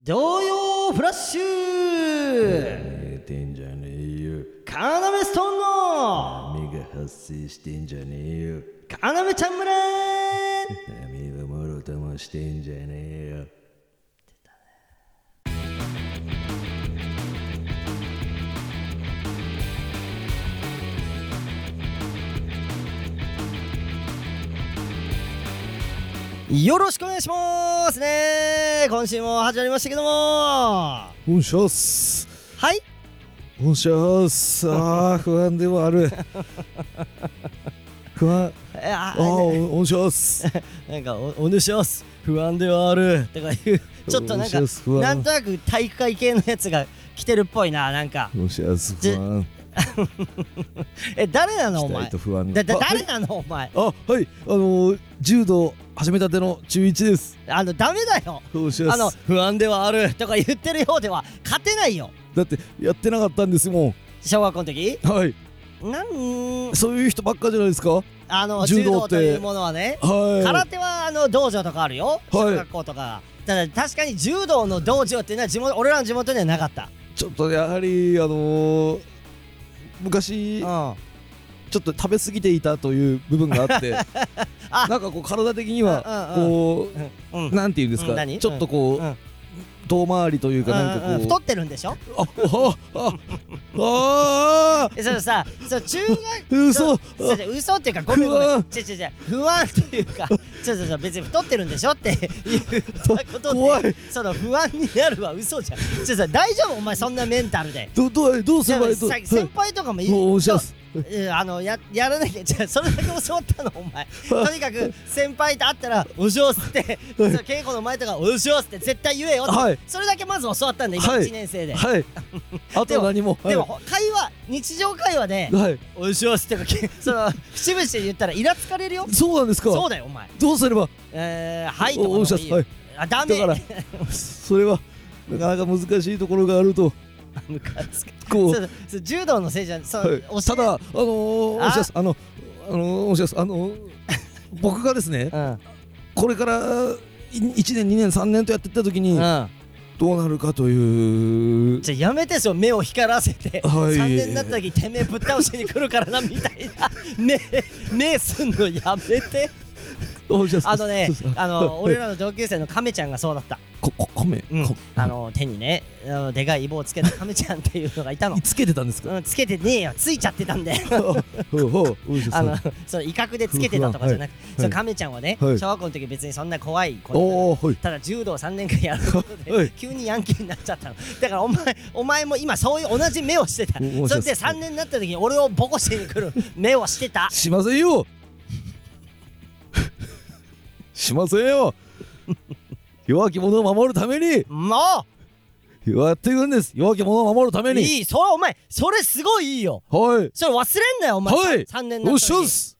童謡フラッシュ寝てんじゃねえよ。 カナメストーンの波が発生してんじゃねえよ。 カナメちゃん村波がもろともしてんじゃねえよ。 よろしくお願いしますね。今週も始まりましたけども、 おんしゃす。 はい、 おんしゃす。不安でもある。不安。おんしゃす。 なんかお願いします。不安ではあるとかいうちょっとなんかなんとなく体育会系のやつが来てるっぽいな。なんかおんしゃす。不安。 誰なのお前。誰なのお前。 はい、柔道始めたての中1です。 ダメだよ。不安ではあるとか言ってるようでは勝てないよ。 だってやってなかったんですもん。 小学校の時。 はい。そういう人ばっかじゃないですか。 柔道というものはね、 はい、 空手は道場とかあるよ、小学校とか、はい、ただ確かに柔道の道場っていうのは俺らの地元にはなかった。 ちょっとやはり昔、ちょっと食べ過ぎていたという部分があってなんかこう体的にはこう、なんていうんですか、ちょっとこう、遠回りというか、なんかこう太ってるんでしょ。そうさ、そう中学嘘っていうか、ごめん不安というか、別に太ってるんでしょっていうことで、その不安になるは嘘じゃん。大丈夫お前、そんなメンタルで。 どうすればいいと。 先輩とかもいる。やらなきゃ。じゃあそれだけ教わったのお前。とにかく先輩と会ったらおしょうすって稽古の前とかおしょうすって絶対言えよって、それだけまず教わったんだ今1年生で。 あと何も。 でも日常会話でおしょうすってその節々で言ったらイラつかれるよ。 そうなんですか。 そうだよお前。 どうすれば。 はいとかもいいよ。ダメ。 だからそれはなかなか難しいところがあると。 柔道のせいじゃん。ただ僕がですね、これから1年2年3年とやっていった時にどうなるかという。 じゃあやめてよ、目を光らせて3年になった時てめえぶっ倒しに来るからなみたいな目すんのやめて。俺らの同級生の亀ちゃんがそうだった。 亀、 手にねでかいイボをつけた亀ちゃんっていうのがいたの。 つけてたんですか。 つけてねえよ、ついちゃってたんだよ。威嚇でつけてたとかじゃなくて、その亀ちゃんはね、小学校の時別にそんな怖い子だった。ただ柔道3年間やることで急にヤンキーになっちゃったの。だからお前も今そういう同じ目をしてた。それで3年になった時に俺をボコしに来る目をしてた。 しませんよしませんよ。弱き者を守るためにもうやっていくんです。弱き者を守るために。 いい、お前それすごいいいよ。 はい。 それ忘れんなよお前。 はい。 3年になった時。 よっしゃっす。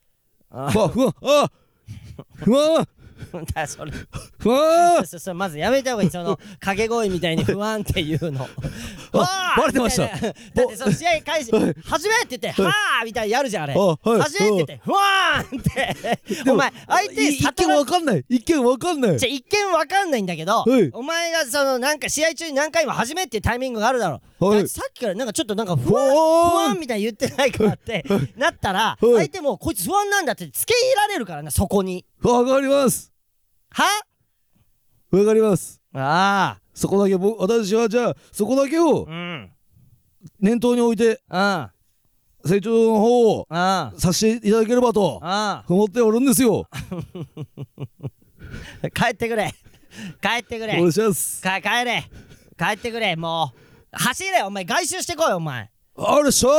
不安だそれ不安そまずやめた方がいい。その掛け声みたいに不安っていうの。 バレてました。だってその試合開始始めって言ってはーみたいにやるじゃんあれ。始めって言ってふわーんってお前相手一見わかんない。一見わかんないんだけど、お前がそのなんか試合中に何回も始めっていうタイミングがあるだろ。さっきからなんかちょっとなんか不安みたいに言ってないからってなったら、相手もこいつ不安なんだってつけ入られるからな、そこに。 わかります。わかります。そこだけ私はじゃあそこだけを念頭に置いて成長の方をさせていただければと思っておるんですよ。 帰ってくれお願いします。 帰ってくれ。もう走れお前。外周してこいお前。 あるっしょ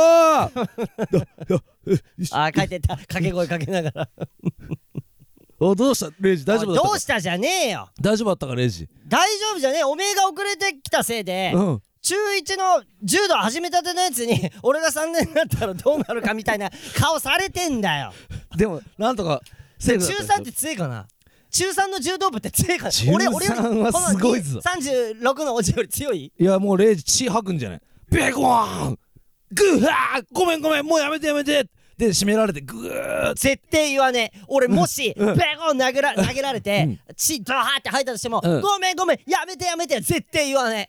ー。 帰ってった。掛け声かけながら。 どうしたレイジ、大丈夫だったか。 どうしたじゃねえよ。 大丈夫だったかレイジ。 大丈夫じゃねえ。おめえが遅れてきたせいで、中1の柔道始めたてのやつに俺が3年になったらどうなるかみたいな顔されてんだよ。 でもなんとか中3って強いかな。中3の柔道部って強いかな。 俺はすごいぞ。 36のおじより強い。 いやもうレイジ血吐くんじゃない。ベコーングーハーごめんもうやめてで締められてグー絶対言わねえ。俺もしベゴン投げられて血ドワーって吐いたとしても、ごめんやめて絶対言わね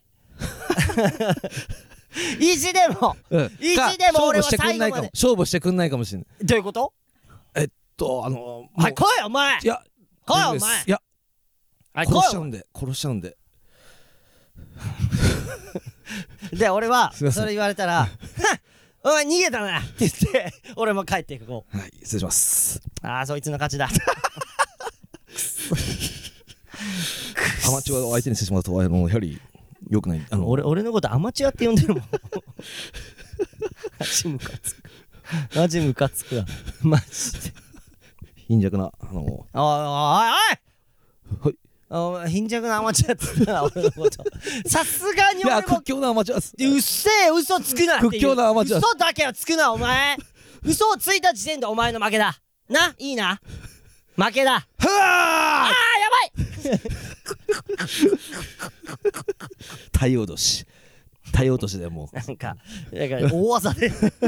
え。意地でも俺は最後まで勝負してくんないかもしれない。 どういうこと？ はい来いお前。 いや来いお前。 いや殺しちゃうんでで俺はそれ言われたらお前逃げたなって言って俺も帰っていく。はい、 失礼します。 そいつの勝ちだ。 アマチュアを相手にしてしまうとやはり良くない。 俺のことアマチュアって呼んでるもん。マジムカつくわマジで。 貧弱な貧弱なアマチュアって言ったな俺のこと。さすがに俺も屈強なアマチュア。 うっせえ嘘つくなっていう。 屈強なアマチュア。 嘘だけはつくなお前。嘘をついた時点でお前の負けだな。いいな負けだ。やばい。 体落としでもうなんか大技で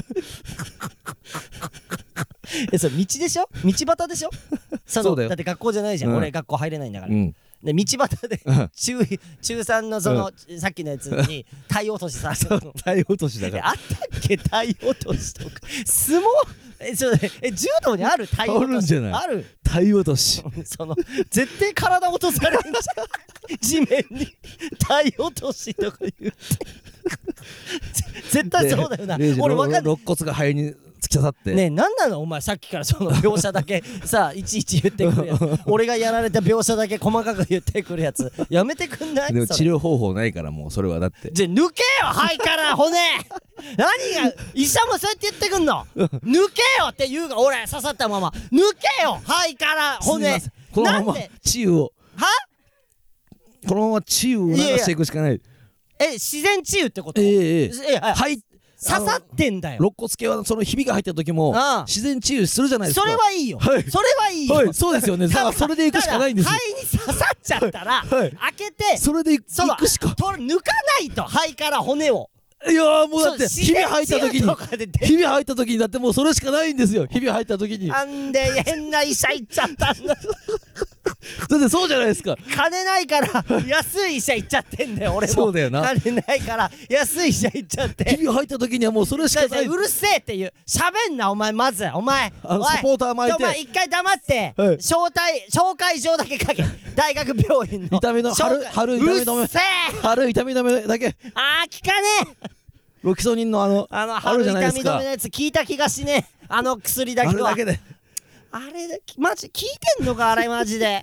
それ道でしょ、道端でしょ。 そうだよ。 だって学校じゃないじゃん、俺学校入れないんだから。で道端で中3のさっきのやつに体落としされたの。 体落としだからあったっけ体落としとか。相撲柔道にある体落とし？ あるんじゃない？ ある体落とし。 絶対体落とされるんじゃん。地面に体落としとか言って。絶対そうだよな。俺分かんない。 肋骨が肺に突き刺さってねえ、なんなのお前。さっきからその描写だけさいちいち言ってくるやつ。俺がやられた描写だけ細かく言ってくるやつやめてくんない？ でも治療方法ないからもうそれはだって。 じゃあ抜けよ肺から骨。何が医者もそうやって言ってくんの。抜けよって言うが俺刺さったまま抜けよ肺から骨。 このまま治癒をこのまま治癒を流していくしかない。 自然治癒ってこと？ はい刺さってんだよ。 肋骨系はそのひびが入った時も自然治癒するじゃないですか。 それはいいよ、それはいいよ、 そうですよね。だからそれでいくしかないんですよ。 肺に刺さっちゃったら開けてそれでいくしか。 抜かないと肺から骨を。 いやもうだってひび入った時にだってもうそれしかないんですよ。ひび入った時になんで変な医者行っちゃったんだ。 だってそうじゃないですか。 金ないから安い医者行っちゃってんだよ俺も。 そうだよな。 金ないから安い医者行っちゃって。 ひび入った時にはもうそれしかない。 うるせえっていう喋んなお前。まずお前サポーター巻いてお前一回黙って、紹介状だけ書け。大学病院の痛みの春痛み止め。春痛み止めだけ。 効かねえ。 ロキソニンの春痛み止めのやつ聞いた気がしねえ。薬だけは。 あれだけで。 あれでマジ聞いてんのかあれマジで。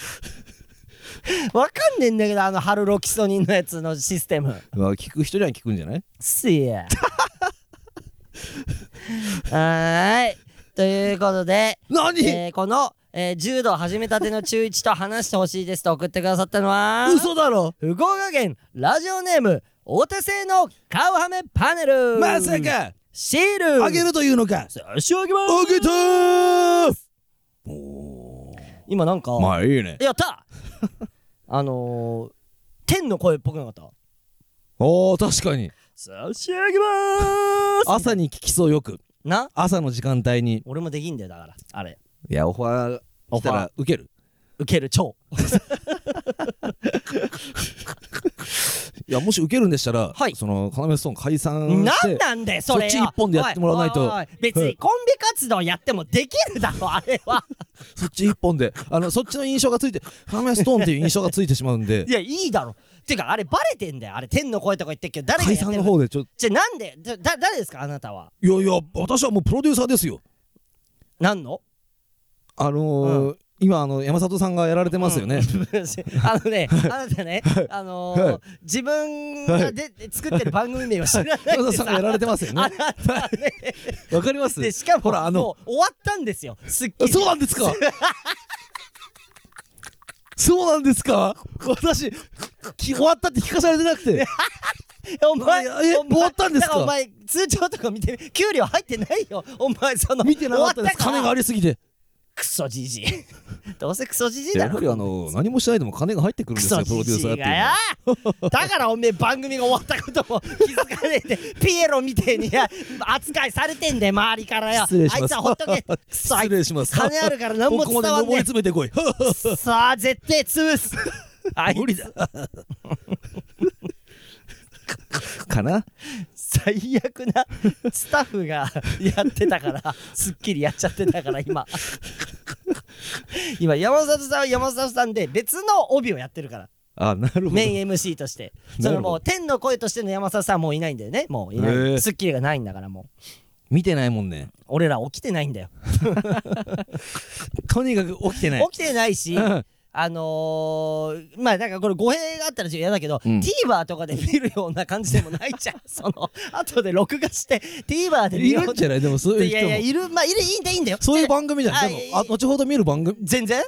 わかんねえんだけど春ロキソニンのやつのシステム。 聞く人には聞くんじゃない？ すや。はいということでこの柔道始めたての中1と話してほしいですと送ってくださったのは嘘だろ。 福岡県ラジオネーム大手製の顔はめパネル。 まさかシールあげるというのか。 差し上げます。 あげたー。 今なんかまあいいね。 やった天の声っぽくなかった？ 確かに。 差し上げまーす。 朝に聞きそうよくな。朝の時間帯に。 俺もできんだよだからあれ。 いやオファー来たら受ける超。いやもし受けるんでしたらその要ストーン解散してなんでそれそっち一本でやってもらわないと。 別にコンビ活動やってもできるだろあれは。 そっち一本でそっちの印象がついて要ストーンっていう印象がついてしまうんで。 いやいいだろ。てかあれバレてんだよあれ。天の声とか言ってるけど誰がやってんの？ 解散の方でじゃなんで誰ですかあなたは？ いや私はもうプロデューサーですよ。 なんの？ 今山里さんがやられてますよね。 あなたね自分が作ってる番組名を知らないです。 山里さんがやられてますよね。 あなたねわかります。 でしかもほらもう終わったんですよスッキリ。 そうなんですか。そうなんですか。私終わったって聞かされてなくて。 お前終わったんですか。 お前通帳とか見て給料入ってないよお前。 見てなかったです。金がありすぎて。 クソじじいどうせクソじじいだろ。 やはり何もしないでも金が入ってくるんですよ、プロデューサーっていうのは。 だからおめえ番組が終わったことも気づかねえでピエロみてえに扱いされてんだよ周りからよ。 失礼します。 あいつはほっとけ。クソあいつ失礼します。 金あるから何も伝わんねえ。 ここまで上り詰めてこい。 さあ絶対潰すあいつ無理だかな。 最悪なスタッフがやってたからすっきりやっちゃってたから今山里さんは山里さんで別の帯をやってるから。 あ、なるほど。 メイン MC としてそのもう天の声としての山里さんはもういないんだよね。もういない、スッキリがないんだから。もう見てないもんね。 俺ら起きてないんだよとにかく起きてない。 起きてないしまあなんかこれ語弊があったら嫌だけど、TVer とかで見るような感じでもないじゃんその後で録画して TVer で見よう。 いるんじゃない？でもそういう人も。 いやいる、まあいいんだよ。 そういう番組じゃん。でも後ほど見る番組全然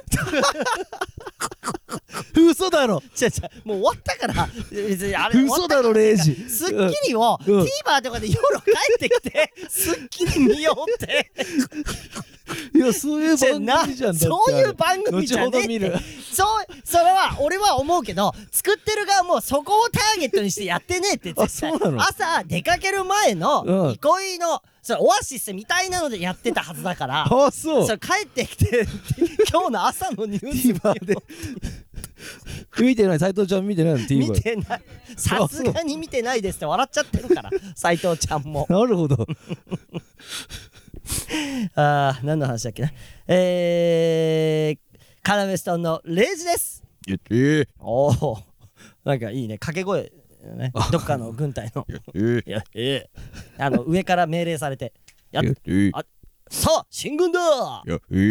嘘だろ。 もう終わったから別にあれ嘘だろレイジ。 スッキリを TVer とかで夜帰ってきてスッキリ見ようっていやそういう番組じゃん。 そういう番組じゃねえって。 後ほど見る。 それは俺は思うけど作ってる側もそこをターゲットにしてやってねえって絶対。朝出かける前の憩いのオアシスみたいなのでやってたはずだから。 あ、そう。 それ帰ってきて今日の朝のニュース TVer で見てない。斉藤ちゃん見てないの TVer。 見てない。さすがに見てないですって笑っちゃってるから斉藤ちゃんも。 なるほど何の話だっけな。カナメストーンのレイジです。おお、なんかいいね掛け声ね。どっかの軍隊の上から命令されてさあ進軍だ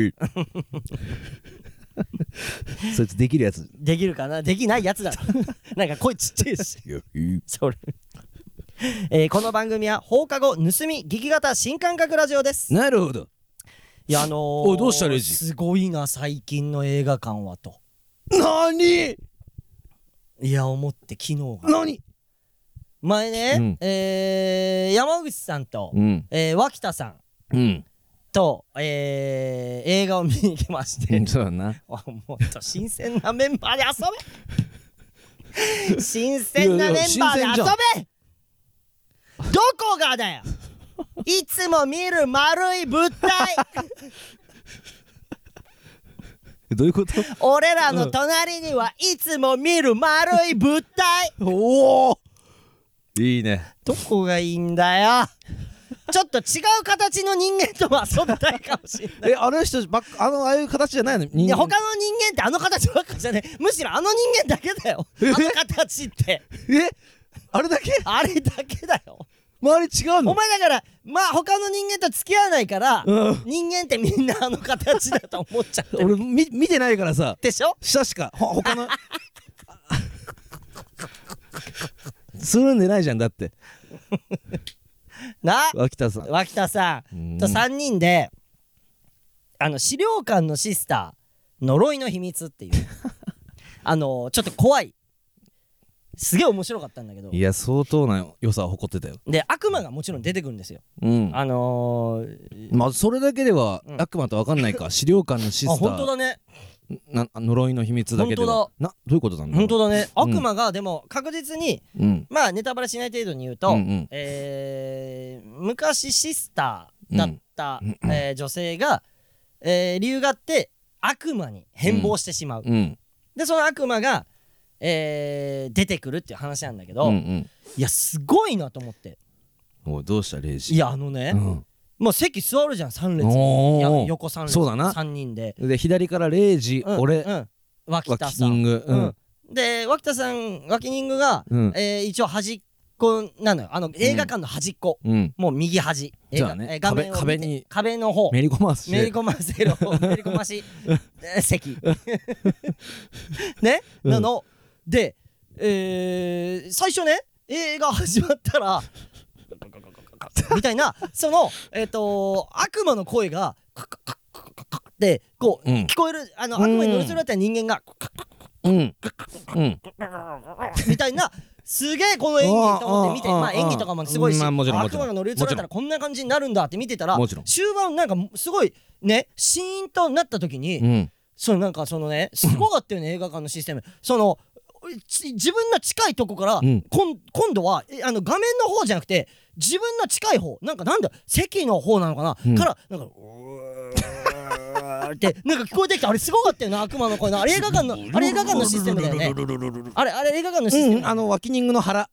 そいつできるやつ。 できるかな。できないやつだなんか声ちっちゃいしそれこの番組は放課後盗み劇型新感覚ラジオです。 なるほど。 いやおいどうしたレイジ。 すごいな最近の映画館はと。 何。 いや思って昨日が何前ね、山口さんと、脇田さん、と、映画を見に来ましてそうだな。 もっと新鮮なメンバーで遊べ新鮮なメンバーで遊べどこがだよいつも見る丸い物体どういうこと？ 俺らの隣にはいつも見る丸い物体おおいいね。 どこがいいんだよちょっと違う形の人間とも遊びたいかもしれない。 あの人ああいう形じゃないの？ いや他の人間ってあの形ばっかじゃねえ。むしろあの人間だけだよあの形ってあれだけ？ あれだけだよ。 周り違うの？ お前だからまあ他の人間と付き合わないから、人間ってみんなあの形だと思っちゃってる。 俺見てないからさ。 でしょ？ 下しか他のつるんでないじゃんだってな。 脇田さんと3人で資料館のシスター呪いの秘密っていうちょっと怖いすげえ面白かったんだけど。 いや相当な良さを誇ってたよ。 で悪魔がもちろん出てくるんですよ。 まあそれだけでは悪魔と分かんないか。資料館のシスター。 本当だね。 呪いの秘密だけでは。どういうことなんだ。 本当だね。悪魔がでも確実にまあネタバレしない程度に言うと昔シスターだった女性が理由があって悪魔に変貌してしまう。でその悪魔が出てくるっていう話なんだけど、いやすごいなと思って。 おいどうしたレイジ。 いやもう席座るじゃん3列に。横3列。 そうだな。 3人で左からレイジ、俺、 脇田さんで脇田さん脇ニングが一応端っこなのよ。映画館の端っこ、もう右端画面を壁の方めり込ませ席ねなので最初ね映画始まったらみたいなその悪魔の声がでこう聞こえる悪魔に乗り添えられた人間がみたいなすげえこの演技と思って見て、まあ演技とかもすごいし、悪魔が乗り移られたらこんな感じになるんだって見てたら、終盤なんかすごいねシーンとなった時に、なんかそのねすごかったよね映画館のシステム。その自分の近いとこから、今度は画面の方じゃなくて自分の近い方なんだ席の方なのかな、からなんかってなんか聞こえてきた。あれすごかったよな悪魔の声の。あれ映画館のシステムだよね。あれ映画館のシステム。 ワキニングの腹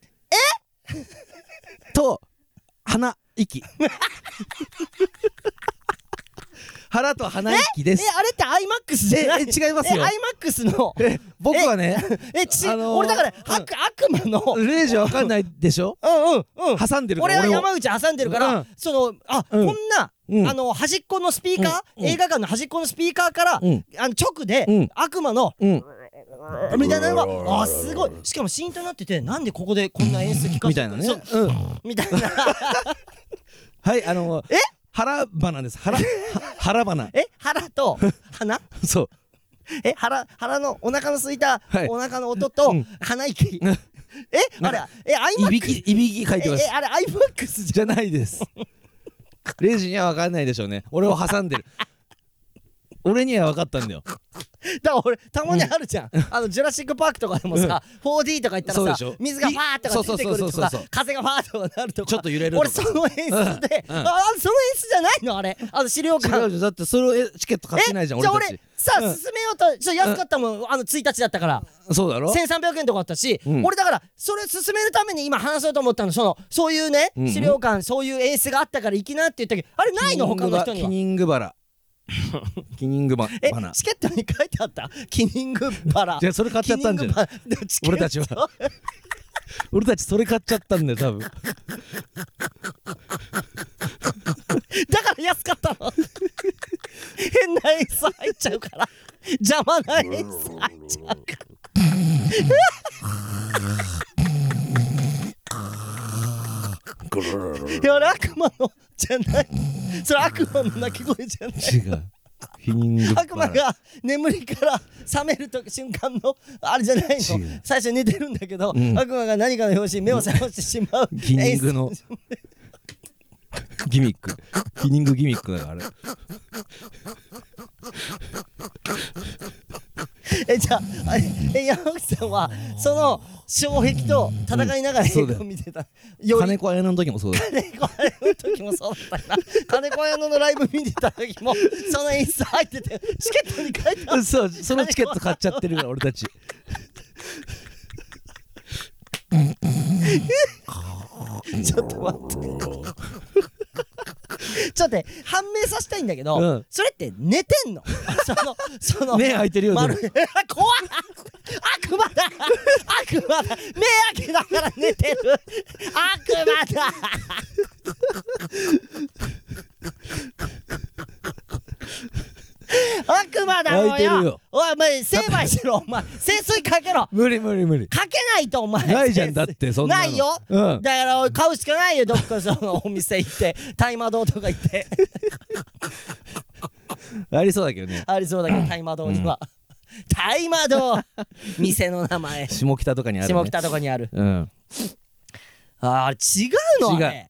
と鼻息腹と鼻息です。 あれって IMAX じゃない？ 違いますよ。 IMAX の僕はね俺だから悪魔のレイジわかんないでしょ。挟んでるから。 俺は山内挟んでるからこんな端っこのスピーカー、映画館の端っこのスピーカーから直で悪魔のみたいなのがすごい。しかもシーンとなってて、なんでここでこんな演出聞かせてみたいなねみたいなはい腹花です。腹花。 腹と鼻そう。 腹のお腹の空いたお腹の音と鼻息あれいびき書いてます。 あれ IMAX じゃないです。レイジには分かんないでしょうね。俺を挟んでる。俺には分かったんだよ。 だから俺たまにあるじゃん、ジュラシックパークとかでもさ、4D とか行ったらさ水がファーって出てくるとか風がファーとかなるとかちょっと揺れるとか、 俺その演出でその演出じゃないのあれ資料館。 違うじゃん。だってそれチケット買ってないじゃん。 じゃあ俺さ進めようと安かったもん1日だったから。 そうだろ。 1300円とかあったし、俺だからそれ進めるために今話そうと思ったの。そういうね資料館そういう演出があったから行きなって言ったけど、あれないの他の人には。 キニングバラキニングバナチケットに書いてあったキニングバラ。 じゃあそれ買っちゃったんじゃない俺たちは。俺たちそれ買っちゃったんだよ多分。だから安かったの。変な演出入っちゃうから邪魔な演出入っちゃうからいや悪魔のじゃない。それ悪魔の鳴き声じゃない。 違う。 悪魔が眠りから覚める瞬間のあれじゃないの。最初寝てるんだけど、悪魔が何かの拍子に目を覚ましてしまうキニングのギミック。キニングギミックだからあれ。 じゃあ山口さんはその障壁と戦いながら映画を見てた。 金子綾乃の時もそうだ。 金子綾乃の時もそうだったな。金子綾乃のライブ見てた時もその演出入っててチケットに書いてある。 そう、そのチケット買っちゃってるから俺たち。 ちょっと待って。ちょっとね判明させたいんだけど、それって寝てんの？その目開いてるよ。 怖っ。悪魔だ目開けながら寝てる悪魔だ。悪魔だろよ。おい成敗しろお前。清水かけろ。 無理かけないとお前。 ないじゃんだってそんなの。 ないよ、だから買うしかないよ。どっかそのお店行って大麻堂とか行ってありそうだけどね。 ありそうだけど大麻堂には大麻堂店の名前下北とかにあるね。 下北とかにある。あれ違うのあれ。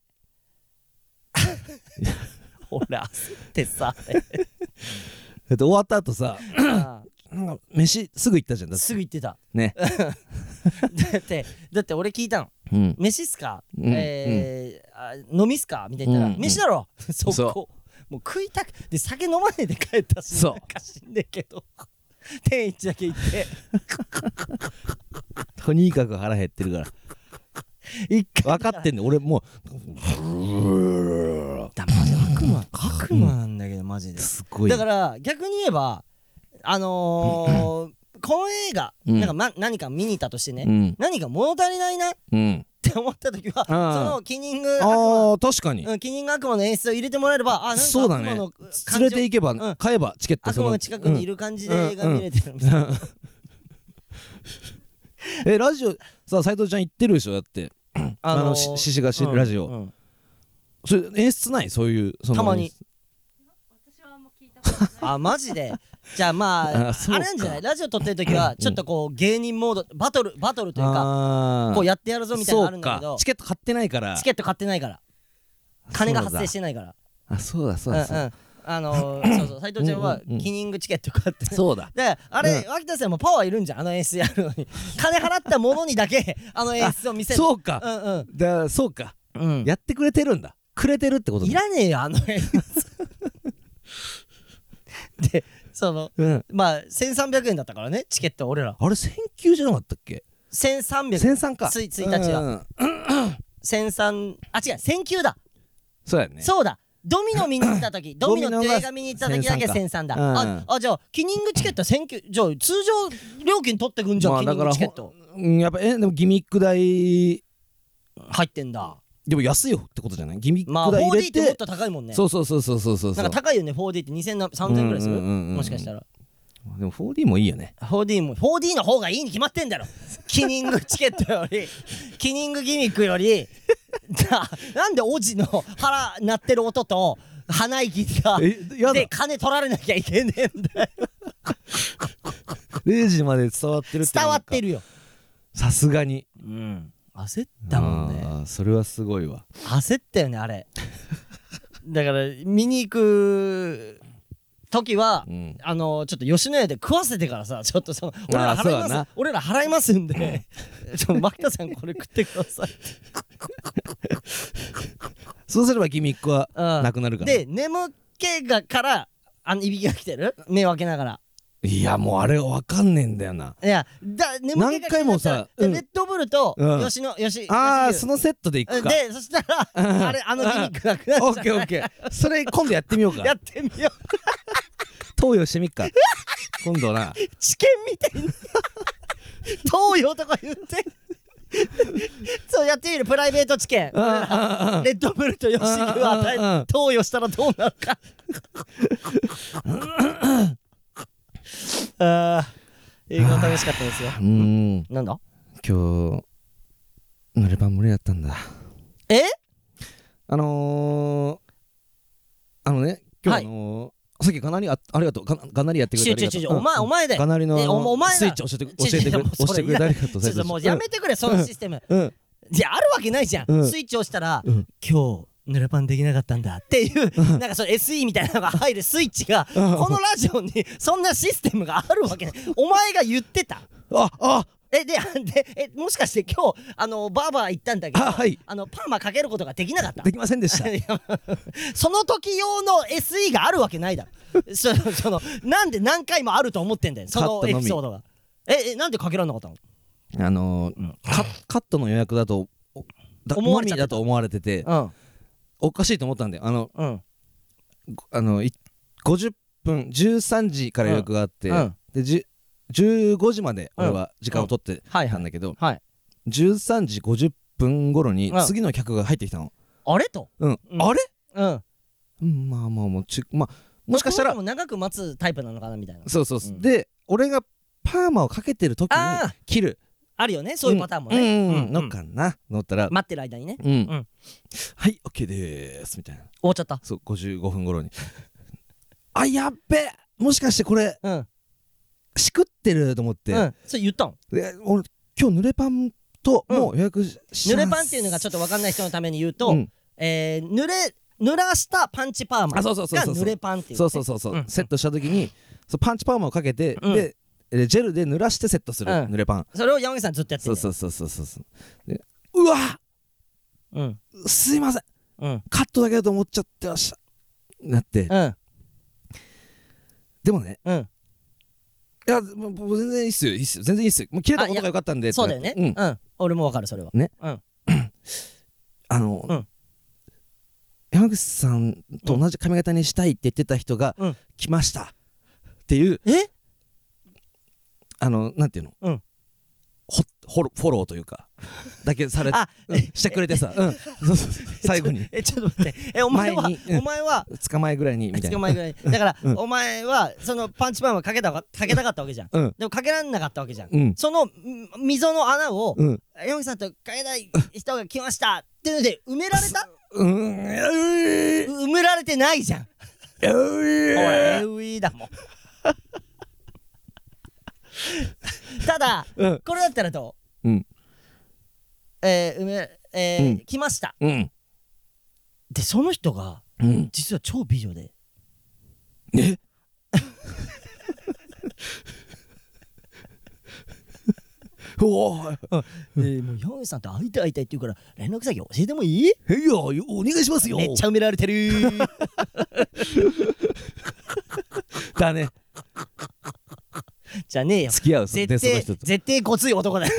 俺焦ってさ終わった後さなんか飯すぐ行ったじゃん。だってすぐ行ってたね。 だって俺聞いたの、飯っすか、飲みっすかみたいな言ったら、飯だろそこもう食いたくで酒飲まねえで帰ったし、なんか死んでけど天一だけ行ってとにかく腹減ってるから分かってんね俺もうマジ悪魔なんだけどマジですごい。だから逆に言えばこの映画、なんか何か見に行ったとしてね、何か物足りないなって思った時は、そのキニング確かにキニング悪魔の演出を入れてもらえれば、なんか悪魔の連れて行けば買えばチケット悪魔が近くにいる感じで映画見れてるみたいな。 ラジオさ斉藤ちゃん行ってるでしょだって獅子頭ラジオ。それ演出ないそういうたまに。 あマジで。じゃあまああれなんじゃない、ラジオ撮ってる時はちょっとこう芸人モードバトルというかこうやってやるぞみたいなのあるんだけど、 チケット買ってないから、 金が発生してないから。 あそうだそうだそうだ、 そうそう、斉藤ちゃんはキニングチケット買って、 そうだであれ脇田さんもパワーいるんじゃん、あの演出やるのに。金払ったものにだけあの演出を見せる。 そうか、そうか、やってくれてるんだ、くれてるってことだ。 いらねえよあの演出。でそのまあ1300円だったからね、チケット。俺らあれ1009じゃなかったっけ。 1300 か、 1日は1300、あ違う1009だ。 そうやね、 そうだ、ドミノ見に行った時ドミノって映画見に行った時だけ1300だ。あじゃあキニングチケットは1009、じゃあ通常料金取ってくんじゃん、キニングチケット。 やっぱでもギミック代入ってんだ。 でも安いよってことじゃない、ギミックまあ代入れ 4D ってもっと高いもんね。 そうなんか高いよね、 4D って2000、3000ぐらいする、もしかしたら。 でも 4D もいいよね。 4D の方がいいに決まってんだろ。キニングチケットよりキニングギミックよりなんでオジの腹鳴ってる音と鼻息がで金取られなきゃいけねえんだよ。 0時まで伝わってるって。 伝わってるよ、 さすがに。 焦ったもんね。 それはすごいわ。 焦ったよねあれ。だから見に行く時は、ちょっと吉野家で食わせてからさ、ちょっとその俺ら払いますんでちょっと牧田さんこれ食ってください。 そうすればギミックはなくなるから。 で眠気がからいびきが来てる、目を開けながら。 いやもうあれわかんねえんだよな。 いや眠気が何回もさ、 レッドブルと吉野そのセットでいくか。 でそしたらギミックなくなっちゃう。 オッケーオッケー、それ今度やってみようか。 やってみよう。 投与してみっか今度な。 試験みたいに投与とか言ってそうやってみる、プライベート知見。レッドブルと吉牛を与え投与したらどうなるか。映画楽しかったですよ。なんだ今日濡れパン無理だったんだ。今日さっきガナリありがとう。ガナリやってくれてありがとう。 お前でガナリのスイッチ教えてくれてありがとう。 ちょっともうやめてくれそのシステム。いやあるわけないじゃん。スイッチ押したら今日濡れパンできなかったんだっていうなんかそれ SE みたいなのが入るスイッチがこのラジオにそんなシステムがあるわけない。お前が言ってた。もしかして今日バーバー行ったんだけど、パーマかけることができなかった。 できませんでした。 その時用の SE があるわけないだろ。なんで何回もあると思ってんだよそのエピソードが。なんでかけられなかったの？ カットの予約だとのみだと思われてて、おかしいと思ったんだよ。50分13時から予約があって、で15時まで俺は時間を取ってたんだけど、13時50分頃に次の客が入ってきたの。 あれと、 あれ、まあもしかしたら長く待つタイプなのかなみたいな。 そうで俺がパーマをかけてる時に切る、 あるよねそういうパターンもね。 のかな乗ったら待ってる間にね、 はい OK でーすみたいな。終わっちゃった。 そう55分頃にあやっべ、もしかしてこれしくってると思って、 それ言ったの？ 俺今日濡れパンともう予約します。 濡れパンっていうのがちょっと分かんない人のために言うと、濡らしたパンチパーマが濡れパンっていう。 そうセットした時にパンチパーマをかけて、でジェルで濡らしてセットする濡れパン。 それを山口さんずっとやってる。 そううわすいません、カットだけだと思っちゃってましたなって、でもね、いやもう全然いいっすよ全然いいっすよ。もう切れたことが良かったんで。 そうだよね。俺もわかるそれはね。山口さんと同じ髪型にしたいって言ってた人が来ましたっていう、なんていうの、フォローというかだけされしてくれてさ、最後にちょっと待って、お前は 2日前ぐらいにみたいな。 だからお前はそのパンチパーマかけたかったわけじゃん。でもかけられなかったわけじゃん。その溝の穴を山口さんとかけたい人が来ましたっていうので埋められた？埋められてないじゃん。 ほらエウイだもんただ、これだったらどう？来ました、でその人が、実は超美女でもうヨンさんと会いたいって言うから連絡先教えてもいい？ いやお願いしますよ。 めっちゃ埋められてるだね。 じゃねえよ。 付き合うその人と絶対ごつい男だよ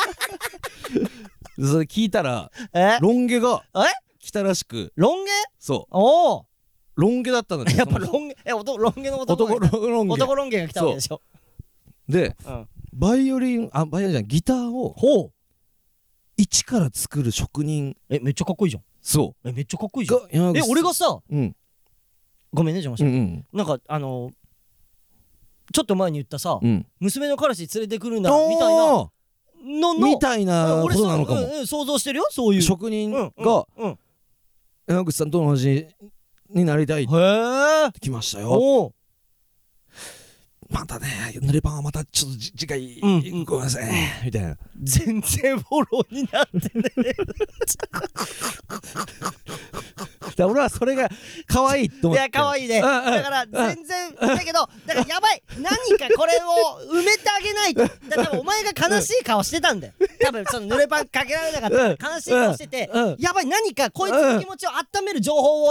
それ聞いたらロン毛が来たらしく。 ロン毛？ そう。 おお。 ロン毛だったのに。 やっぱロン毛ロン毛の男ロン毛が来たわけでしょ。 で、バイオリンじゃんギターを一から作る職人。 めっちゃかっこいいじゃん。 そう。 めっちゃかっこいいじゃん。俺がさ、ごめんね邪魔した。なんかちょっと前に言ったさ、娘の彼氏連れてくるんだみたいなみたいなことなのかも。想像してるよ。そういう職人が山口さんと同じになりたいって来ましたよ。またね、濡れパンはまたちょっと次回ごめんなさいみたいな。全然フォローになってね俺はそれが可愛いと思って。いや可愛いね。だから全然だけどだからやばい、何かこれを埋めてあげないと。多分お前が悲しい顔してたんだよ。多分その濡れパンかけられなかった悲しい顔してて、やばい何かこいつの気持ちを温める情報を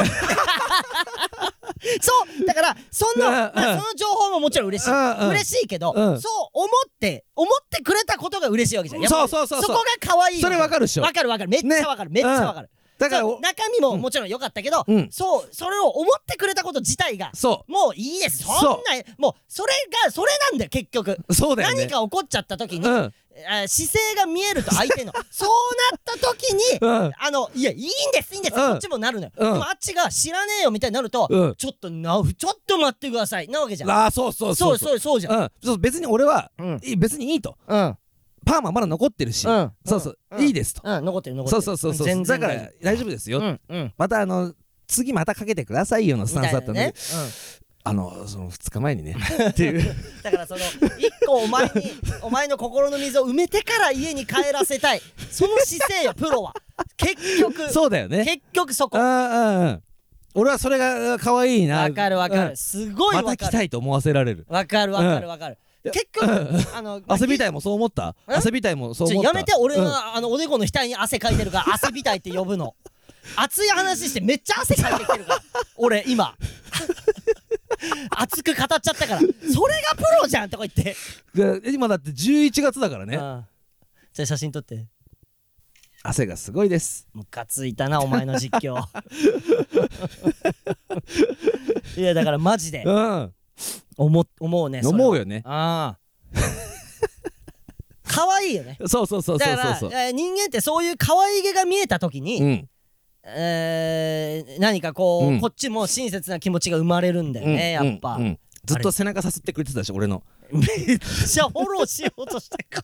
そうだからその情報ももちろん嬉しいけど、そう思ってくれたことが嬉しいわけじゃん。そこが可愛い。それわかるっしょ。わかるめっちゃわかるだから中身ももちろん良かったけど、それを思ってくれたこと自体がもういいです。そんなもうそれなんだよ結局。そうだよね。何か起こっちゃった時に姿勢が見えると相手のそうなった時にいやいいんですこっちもなるのよ。でもあっちが知らねえよみたいになるとちょっと待ってくださいなわけじゃん。そうじゃん。別に俺は別にいいと。パーマまだ残ってるし、いいですと。残ってる。そうだから大丈夫ですよ。また次またかけてくださいよのスタンスだったんで、その2日前にねっていうだからその1個お前の心の溝を埋めてから家に帰らせたいその姿勢よプロは。結局そうだよね。結局そこ。俺はそれが可愛いな。わかるすごいわかる。また来たいと思わせられる。わかる結局汗びたいもそう思った？汗びたいもそう思った？ やめて。俺はおでこの額に汗かいてるから汗びたいって呼ぶの。熱い話してめっちゃ汗かいてきてるから俺今熱く語っちゃったからそれがプロじゃんとか言って今だって11月だからね。 じゃあ写真撮って。 汗がすごいです。 ムカついたなお前の実況いやだからマジで思うね。 思うよね。 可愛いよね。 そうだから人間ってそういう可愛げが見えた時に何かこっちも親切な気持ちが生まれるんだよねやっぱ。ずっと背中さすってくれてたし俺の。めっちゃフォローしようとしてる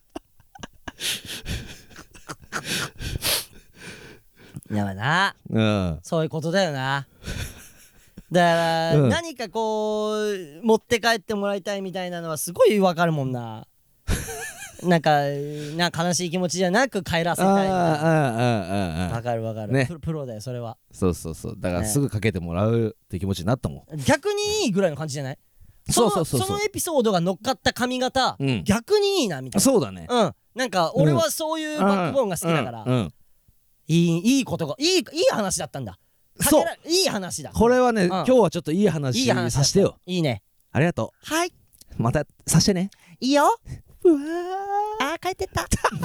やばな。そういうことだよな。だから何か持って帰ってもらいたいみたいなのはすごいわかるもんな。なんか悲しい気持ちじゃなく帰らせたい。わかるね。プロだよそれは。そうだからすぐかけてもらうって気持ちになったもん。逆にいいぐらいの感じじゃない？そのエピソードが乗っかった髪型逆にいいなみたいな。そうだね。なんか俺はそういうバックボーンが好きだからいいことがいい話だったんだ。いい話だ。これはね今日はちょっといい話さしてよ。いいね。ありがとう。はい。またさしてね。いいよ。うわ帰ってった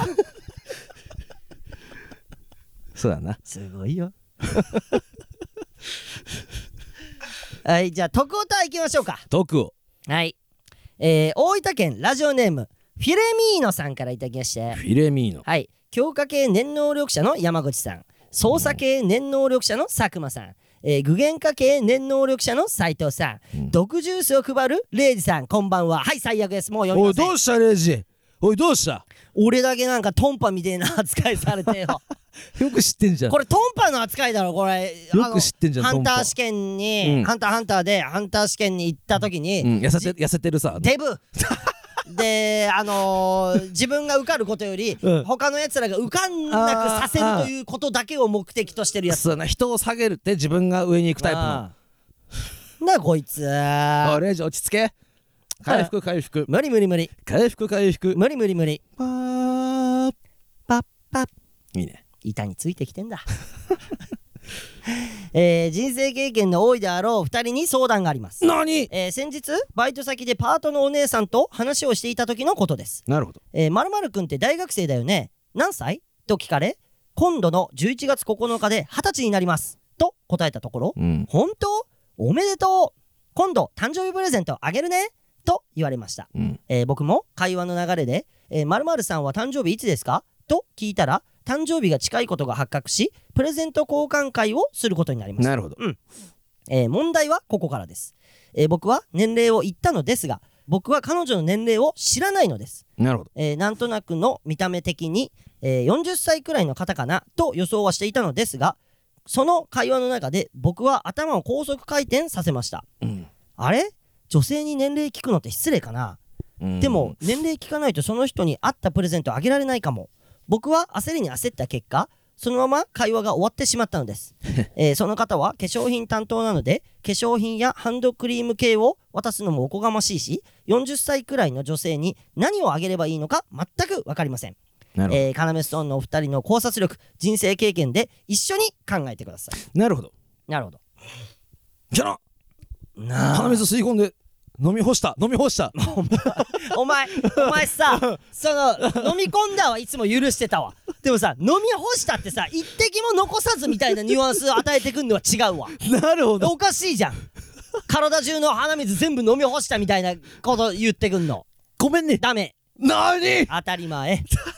そうだな。すごいよはいじゃあ徳音行きましょうか。徳をはい、大分県ラジオネームフィレミーノさんからいただきまして。フィレミーノ。はい。強化系念能力者の山口さん、操作系念能力者の佐久間さん、具現化系念能力者の斉藤さん、毒ジュースを配るレイジさん、こんばんは。はい最悪です。もう読みません。おいどうしたレイジ。おいどうした。俺だけなんかトンパみたいな扱いされてよよく知ってんじゃん。 これトンパの扱いだろこれ。 よく知ってんじゃん。 ハンター試験に、ハンター試験に行った時に、 痩せてるさデブで自分が受かることより、他のやつらが受かんなくさせるということだけを目的としてるやつ。 そうな、人を下げるって自分が上に行くタイプの。 なこいつ。 レイジ落ち着け。回復回復。 無理回復回復。 無理。 パッパッパッ。 いいね。 板についてきてんだ。人生経験の多いであろう2人に相談があります。 何？ 先日バイト先でパートのお姉さんと話をしていた時のことです。 なるほど。 〇〇くんって大学生だよね、何歳と聞かれ、今度の11月9日で20歳になりますと答えたところ、本当？おめでとう、今度誕生日プレゼントあげるねと言われました。僕も会話の流れで、〇〇さんは誕生日いつですかと聞いたら、誕生日が近いことが発覚し、プレゼント交換会をすることになりました。 なるほど。 問題はここからです。僕は年齢を言ったのですが、僕は彼女の年齢を知らないのです。 なるほど。 なんとなくの見た目的に、40歳くらいの方かなと予想はしていたのですが、その会話の中で僕は頭を高速回転させました。あれ？女性に年齢聞くのって失礼かな？でも年齢聞かないとその人に合ったプレゼントあげられないかも。僕は焦りに焦った結果、そのまま会話が終わってしまったのです。その方は化粧品担当なので、化粧品やハンドクリーム系を渡すのもおこがましいし、40歳くらいの女性に何をあげればいいのか全く分かりません。カナメストーンのお二人の考察力、人生経験で一緒に考えてください。 なるほど。じゃあ鼻水吸い込んで飲み干したお前さ、その飲み込んだはいつも許してたわ。でもさ、飲み干したってさ、一滴も残さずみたいなニュアンス与えてくんのは違うわ。 なるほど。 おかしいじゃん。体中の鼻水全部飲み干したみたいなこと言ってくんの。 ごめんね。 ダメ。 何？ 当たり前。い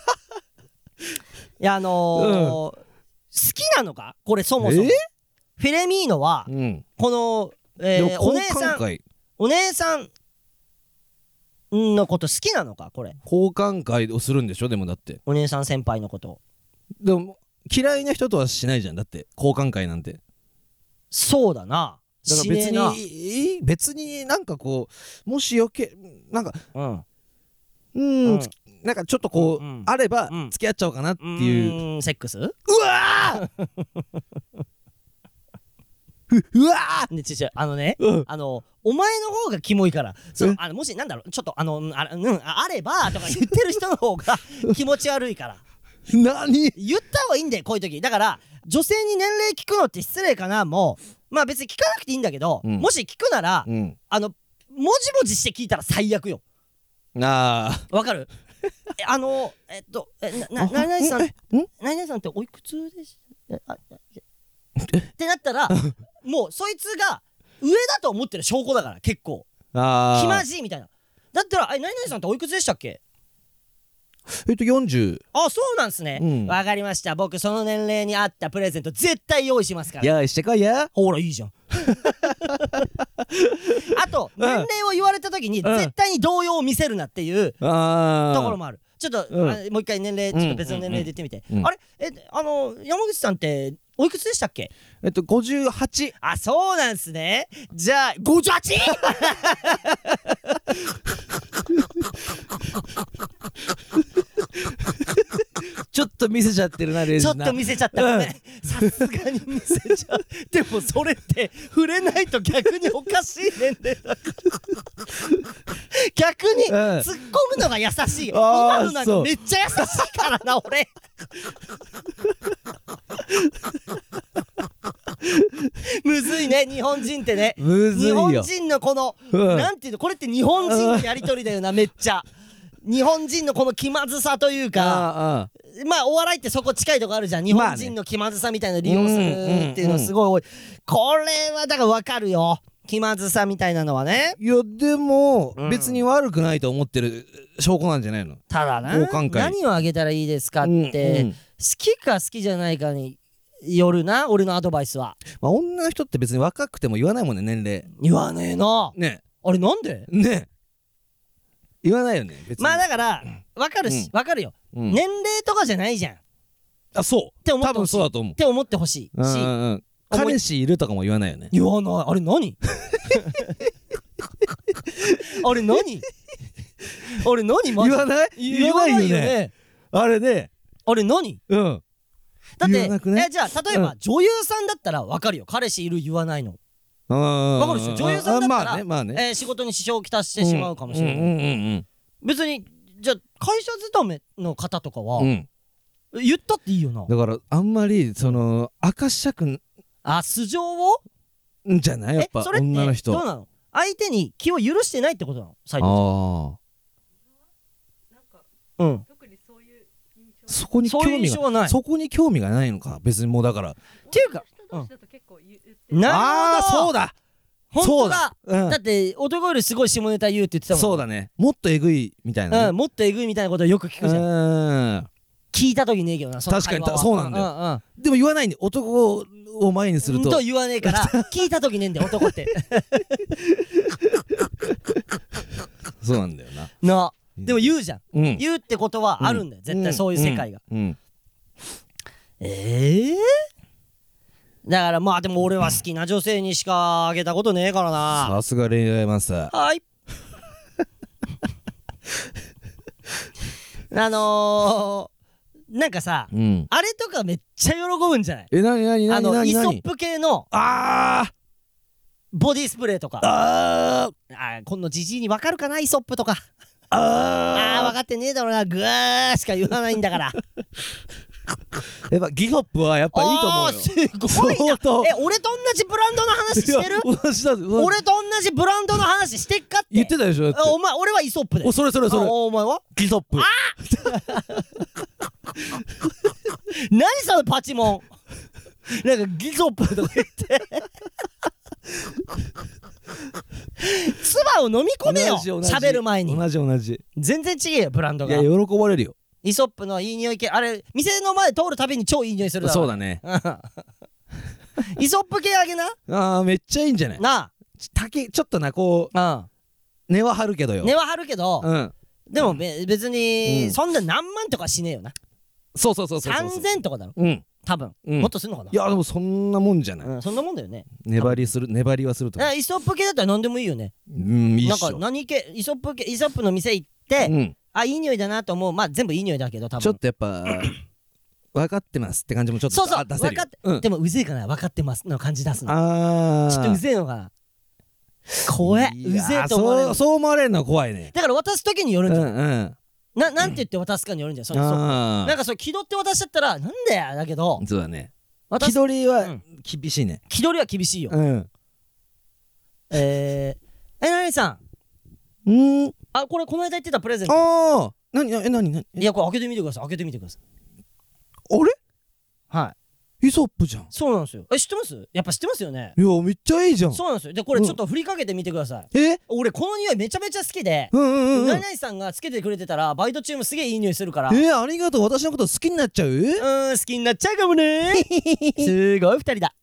や好きなのかこれそもそも。フィレミーノは、この、お姉さんのこと好きなのかこれ。 交換会をするんでしょ。でもだってお姉さん先輩のことでも嫌いな人とはしないじゃん。だって交換会なんて。 そうだな。 だから別になんかこう、もしよけなんかなんかちょっとこう、あれば付き合っちゃおうかなっていう。 セックス？うわーうわーお前の方がキモいから、もしなんだろう、ちょっとあればとか言ってる人の方が気持ち悪いから。 何？ 言った方がいいんだよこういう時。だから女性に年齢聞くのって失礼かな。もうまあ別に聞かなくていいんだけど、もし聞くならもじもじして聞いたら最悪よ。わかる？何々さんっておいくつでしたってなったらもうそいつが上だと思ってる証拠だから。結構気まじいみたいな。だったら何々さんっておいくつでしたっけ ？40。 あ、そうなんすね。わかりました。僕その年齢に合ったプレゼント絶対用意しますから。 用意してこいや。 ほらいいじゃん。あと年齢を言われた時に絶対に動揺を見せるなっていうところもある。ちょっともう一回年齢、ちょっと別の年齢で言ってみて。あれ山口さんっておいくつでしたっけ ？58。 あ、そうなんすね。じゃあ 58？ ちょっと見せちゃってるなレイジな。 ちょっと見せちゃった。ごめん。さすがに見せちゃう。でもそれって触れないと逆におかしい年齢だから逆に突っ込むのが優しい。今のなんかめっちゃ優しいからな俺。むずいね日本人ってね。 むずいよ。 日本人のこの、なんていうの、これって日本人のやりとりだよな。めっちゃ日本人のこの気まずさというか、まあお笑いってそこ近いとこあるじゃん。日本人の気まずさみたいなの利用するっていうのすごい多い。これはだから分かるよ、気まずさみたいなのはね。 いやでも、別に悪くないと思ってる証拠なんじゃないの。 ただな、何をあげたらいいですかって、好きか好きじゃないかによるな、俺のアドバイスは。 まあ女の人って別に若くても言わないもんね、年齢。 言わねえな。 ね、 あれなんで？ ね、言わないよね別に。 まあだから分かるし、分かるよ、年齢とかじゃないじゃん。 あ、そうって思って多分ほしいそうだと思う。 って思ってほしいし、 彼氏いるとかも言わないよね。 言わない。あれ何あれ何あれ何マジ言わない言わないよね。 あれね。 あれ何うんだって言わなくねじゃあ例えば女優さんだったら分かるよ、彼氏いる言わないの。 わ分かるでしょ。女優さんだったらまあね仕事に支障をきたしてしまうかもしれない。別にじゃあ会社勤めの方とかは言ったっていいよな。 だからあんまりその明かしたく素性をんじゃないやっぱそれって女の人。 どうなの？相手に気を許してないってことなの？斉藤さん。特にそういうそこに興味がない。そこに興味がないのか別に。もうだからっていうか、 ああそうだ本当だ。だって男よりすごい下ネタ言うって言ってたもん。 そうだね。もっとえぐいみたいな。 もっとえぐいみたいなことをよく聞くじゃん。聞いた時ねえけどな。 確かにそうなんだよ。でも言わないんで、男を前にすると言わねえから聞いた時ねえんだよ男って。 そうなんだよな。 でも言うじゃん。言うってことはあるんだよ絶対そういう世界が。だからまあでも俺は好きな女性にしかあげたことねえからな。 さすが恋愛マスター。 はい。なんかさ、あれとかめっちゃ喜ぶんじゃない？ なにイソップ系のボディスプレーとか。このジジイに分かるかな、イソップとか。分かってねえだろうな、グーしか言わないんだから。 やっぱギソップはやっぱいいと思うよ。 すごいな。俺と同じブランドの話してる？俺と同じブランドの話してっかって。 言ってたでしょ。 俺はイソップで。 それお前はギソップ。 何そのパチモン。なんかギソップとか言って唾を飲み込めよ、喋る前に。 同じ全然違えよブランドが。 いや喜ばれるよ。 イソップのいい匂い系、あれ店の前通るたびに超いい匂いするだろ。 そうだね。 イソップ系あげな。 めっちゃいいんじゃないなあ。ちょっとなこう根は張るけどよ。 根は張るけどでも別にそんな何万とかしねえよな。 そう 3000とかだろ多分。もっとするのかな。 いやでもそんなもんじゃない。 そんなもんだよね。 粘りはすると。 イソップ系だったら何でもいいよね。なんか何系イソップの店行っていい匂いだなと思う。まあ全部いい匂いだけど多分ちょっとやっぱ分かってますって感じもちょっと出せるよ。 分かってでもうぜえかな、分かってますの感じ出すの。ちょっとうぜえのかな。怖え、うぜえと思われる。 そう思われるのは怖いね。 だから渡す時によるんじゃん。なんて言って渡すかによるんじゃん。なんかそれ気取って渡しちゃったらなんだよだけど。 そうだね。気取りは厳しいね。 気取りは厳しいよ。何さん。これこの間言ってたプレゼント。 何いやこれ開けてみてください。開けてみてください。 あれ？ はい。 イソップじゃん。 そうなんですよ。知ってます？やっぱ知ってますよね。 いやめっちゃいいじゃん。 そうなんですよ。でこれちょっと振りかけてみてください。俺この匂いめちゃめちゃ好きで、何々さんがつけてくれてたらバイト中もすげえいい匂いするから。 ありがとう。私のこと好きになっちゃう？ 好きになっちゃうかもね。すごい二人だ。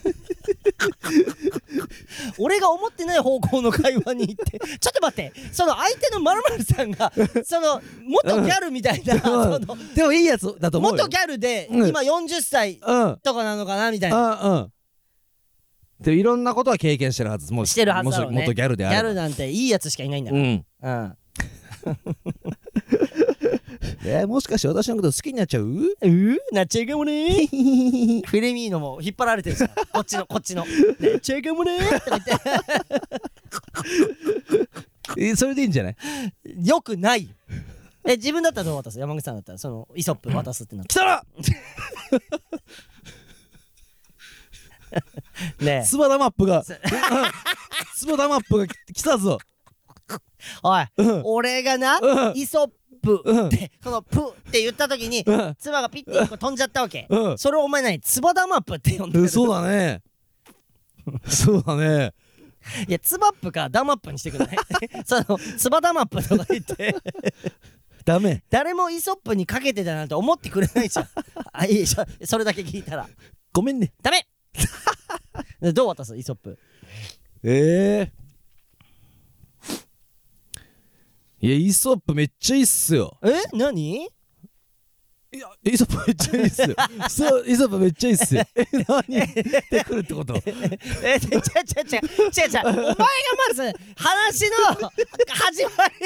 俺が思ってない方向の会話に行ってちょっと待って、その相手の〇〇さんがその元ギャルみたいなでもいいやつだと思うよ。 元ギャルで今40歳とかなのかなみたいな。 でいろんなことは経験してるはず。もうしてるはずだろうね。 元ギャルである。 ギャルなんていいやつしかいないんだから。 もしかして私のこと好きになっちゃう？ なっちゃうかもね。フィレミーノも引っ張られてるじゃん。こっちの。なっちゃうかもねって言って。それでいいんじゃない？ よくない。自分だったらどう渡す？山口さんだったらそのイソップ渡すってなった。 来たら。 ねえ。 スバダマップが来たぞ。 おい、俺がなイソップってそのプって言った時にツバがピッて飛んじゃったわけ。それをお前何ツバダマップって呼んでる？ そうだね。 いやツバップかダマップにしてくれない？そのツバダマップとか言ってダメ。 誰もイソップにかけてたなんて思ってくれないじゃん。いいそれだけ聞いたらごめんね。 ダメ。どう渡すイソップ？ いやイソップめっちゃいいっすよ。 何？ いやイソップめっちゃいいっすよそうイソップめっちゃいいっすよ何ってくるってこと違うお前がまず話の始まり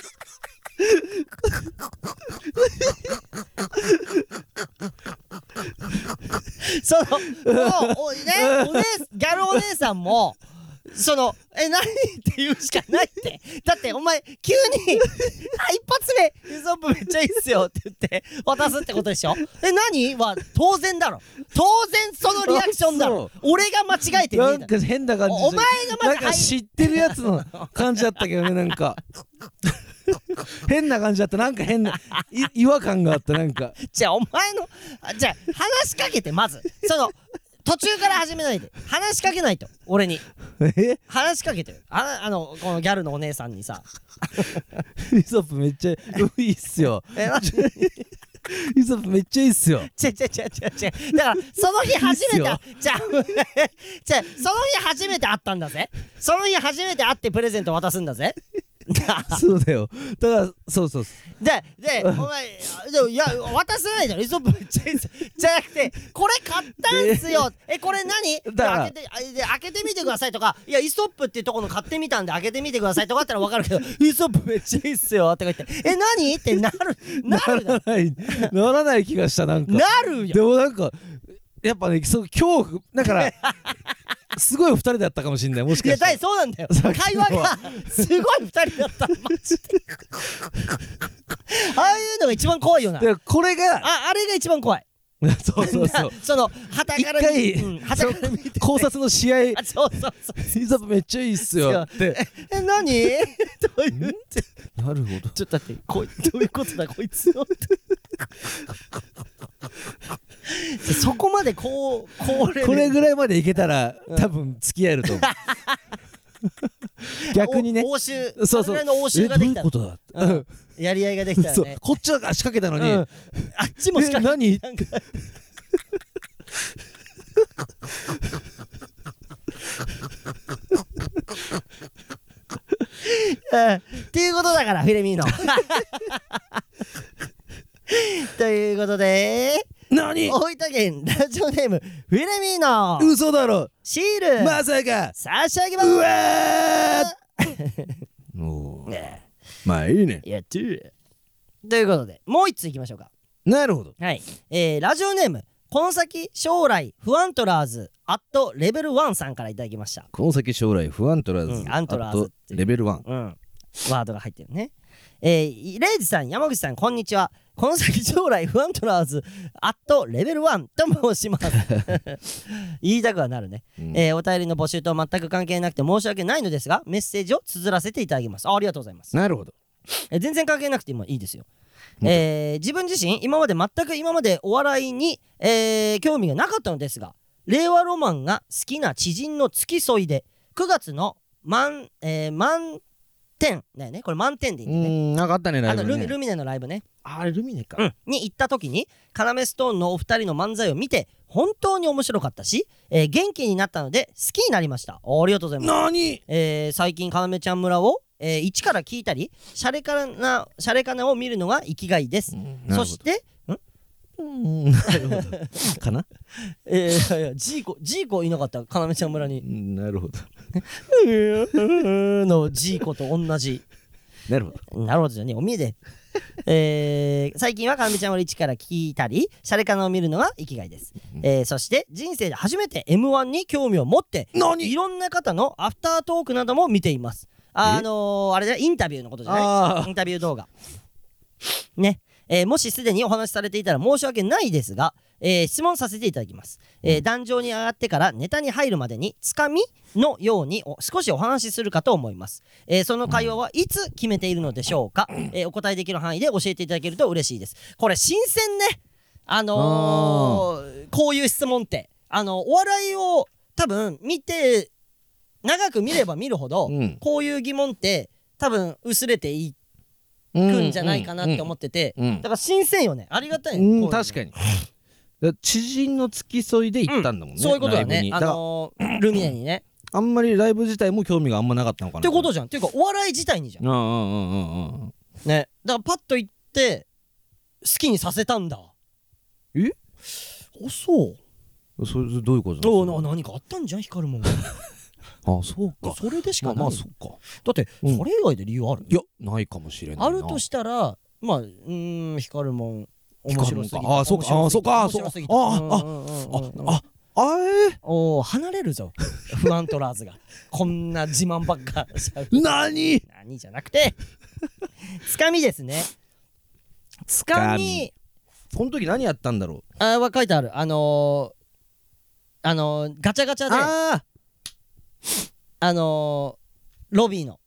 そのもうねギャルお姉さんもその何って言うしかないってだってお前急に一発目イソップめっちゃいいっすよって言って渡すってことでしょ何は当然だろ当然そのリアクションだろ俺が間違えてねえだろなんか変な感じお前がまずなんか知ってるやつの感じだったけどねなんか変な感じだったなんか変な違和感があったなんかじゃあお前のじゃあ話しかけてまずその途中から始めないで話しかけないと俺に話しかけてこのギャルのお姉さんにさイソップめっちゃいいっすよイソップめっちゃいいっすよ違うだからその日初めてじゃあその日初めて会ったんだぜその日初めて会ってプレゼント渡すんだぜそうだよだからそうでお前いや渡さないだろイソップめっちゃいいっすじゃなくてこれ買ったんすよこれ何開けてみてくださいとかいやイソップっていうところの買ってみたんで開けてみてくださいとかあったら分かるけどイソップめっちゃいいっすよって言って何ってならない気がしたなんかなるよでもなんかやっぱねその恐怖だからすごい2人だったかもしんないもしかしたらいやそうなんだよ会話がすごい2人だったマジでああいうのが一番怖いよなでこれがあれが一番怖いそうその旗から見て考察の試合そうイソップめっちゃいいっすよって何どういうってなるほどちょっと待ってどういうことだこいつのそこまでこれぐらいまでいけたら多分付き合えると思う逆にね応酬それぐらいの応酬ができたどういうことだやり合いができたらねこっちは仕掛けたのにあっちも仕掛け何っていうことだからフィレミーノということで何大分県ラジオネームフィレミーノ嘘だろシールまさか差し上げますうわーおまあいいねやっとということでもう一ついきましょうかなるほどはいラジオネームこの先将来フアントラーズレベル1さんからいただきましたこの先将来フアントラーズアントラーズレベル1 ワードが入ってるねレイジさん山口さんこんにちはこの先将来フアントラーズレベル1と申します言いたくはなるね、お便りの募集と全く関係なくて申し訳ないのですがメッセージを綴らせていただきますありがとうございますなるほど全然関係なくてもいいですよ自分自身今までお笑いに、興味がなかったのですが令和ロマンが好きな知人の付き添いで9月の満点だよねこれ満点でいいんだよねなんかあったねライブねルミネのライブねあれルミネか、 に行った時にカラメストーンのお二人の漫才を見て本当に面白かったし、元気になったので好きになりましたありがとうございます何、 最近カラメちゃん村を一から聞いたりシャレかなを見るのが生きがいです、そしてなるほどかなジーコいなかったかなめちゃん村になるほどのジーコと同じなるほどじゃねお見えで最近はかなめちゃん村一から聞いたりシャレかなを見るのが生きがいです、そして人生で初めて M1 に興味を持っていろんな方のアフタートークなども見ていますあれじゃインタビューのことじゃないインタビュー動画ねもしすでにお話しされていたら申し訳ないですが、質問させていただきます、壇上に上がってからネタに入るまでにつかみのように少しお話しするかと思います、その会話はいつ決めているのでしょうか、お答えできる範囲で教えていただけると嬉しいですこれ新鮮ねこういう質問ってお笑いを多分見て長く見れば見るほど、こういう疑問って多分薄れていくんじゃないかなって思ってて、だから新鮮よねありがたいね確かに知人の付き添いで行ったんだもんね、 そういうことだねルミネにねあんまりライブ自体も興味があんまなかったのかなってことじゃんっていうかお笑い自体にじゃんねだからパッと行って好きにさせたんだそうそれどういうことだ？何かあったんじゃん光るもんが。 あ、そうか。 それでしかない。 まあそうか。 だってそれ以外で理由ある？ いや、ないかもしれないな。 あるとしたら、まあ光るもん面白すぎた。 あ、そうか。そうか。 離れるぞ不安取らずが。こんな自慢ばっかしゃべる。 何じゃなくてつかみですね。つかみ。 その時何やったんだろう。 書いてある。ガチャガチャでロビーの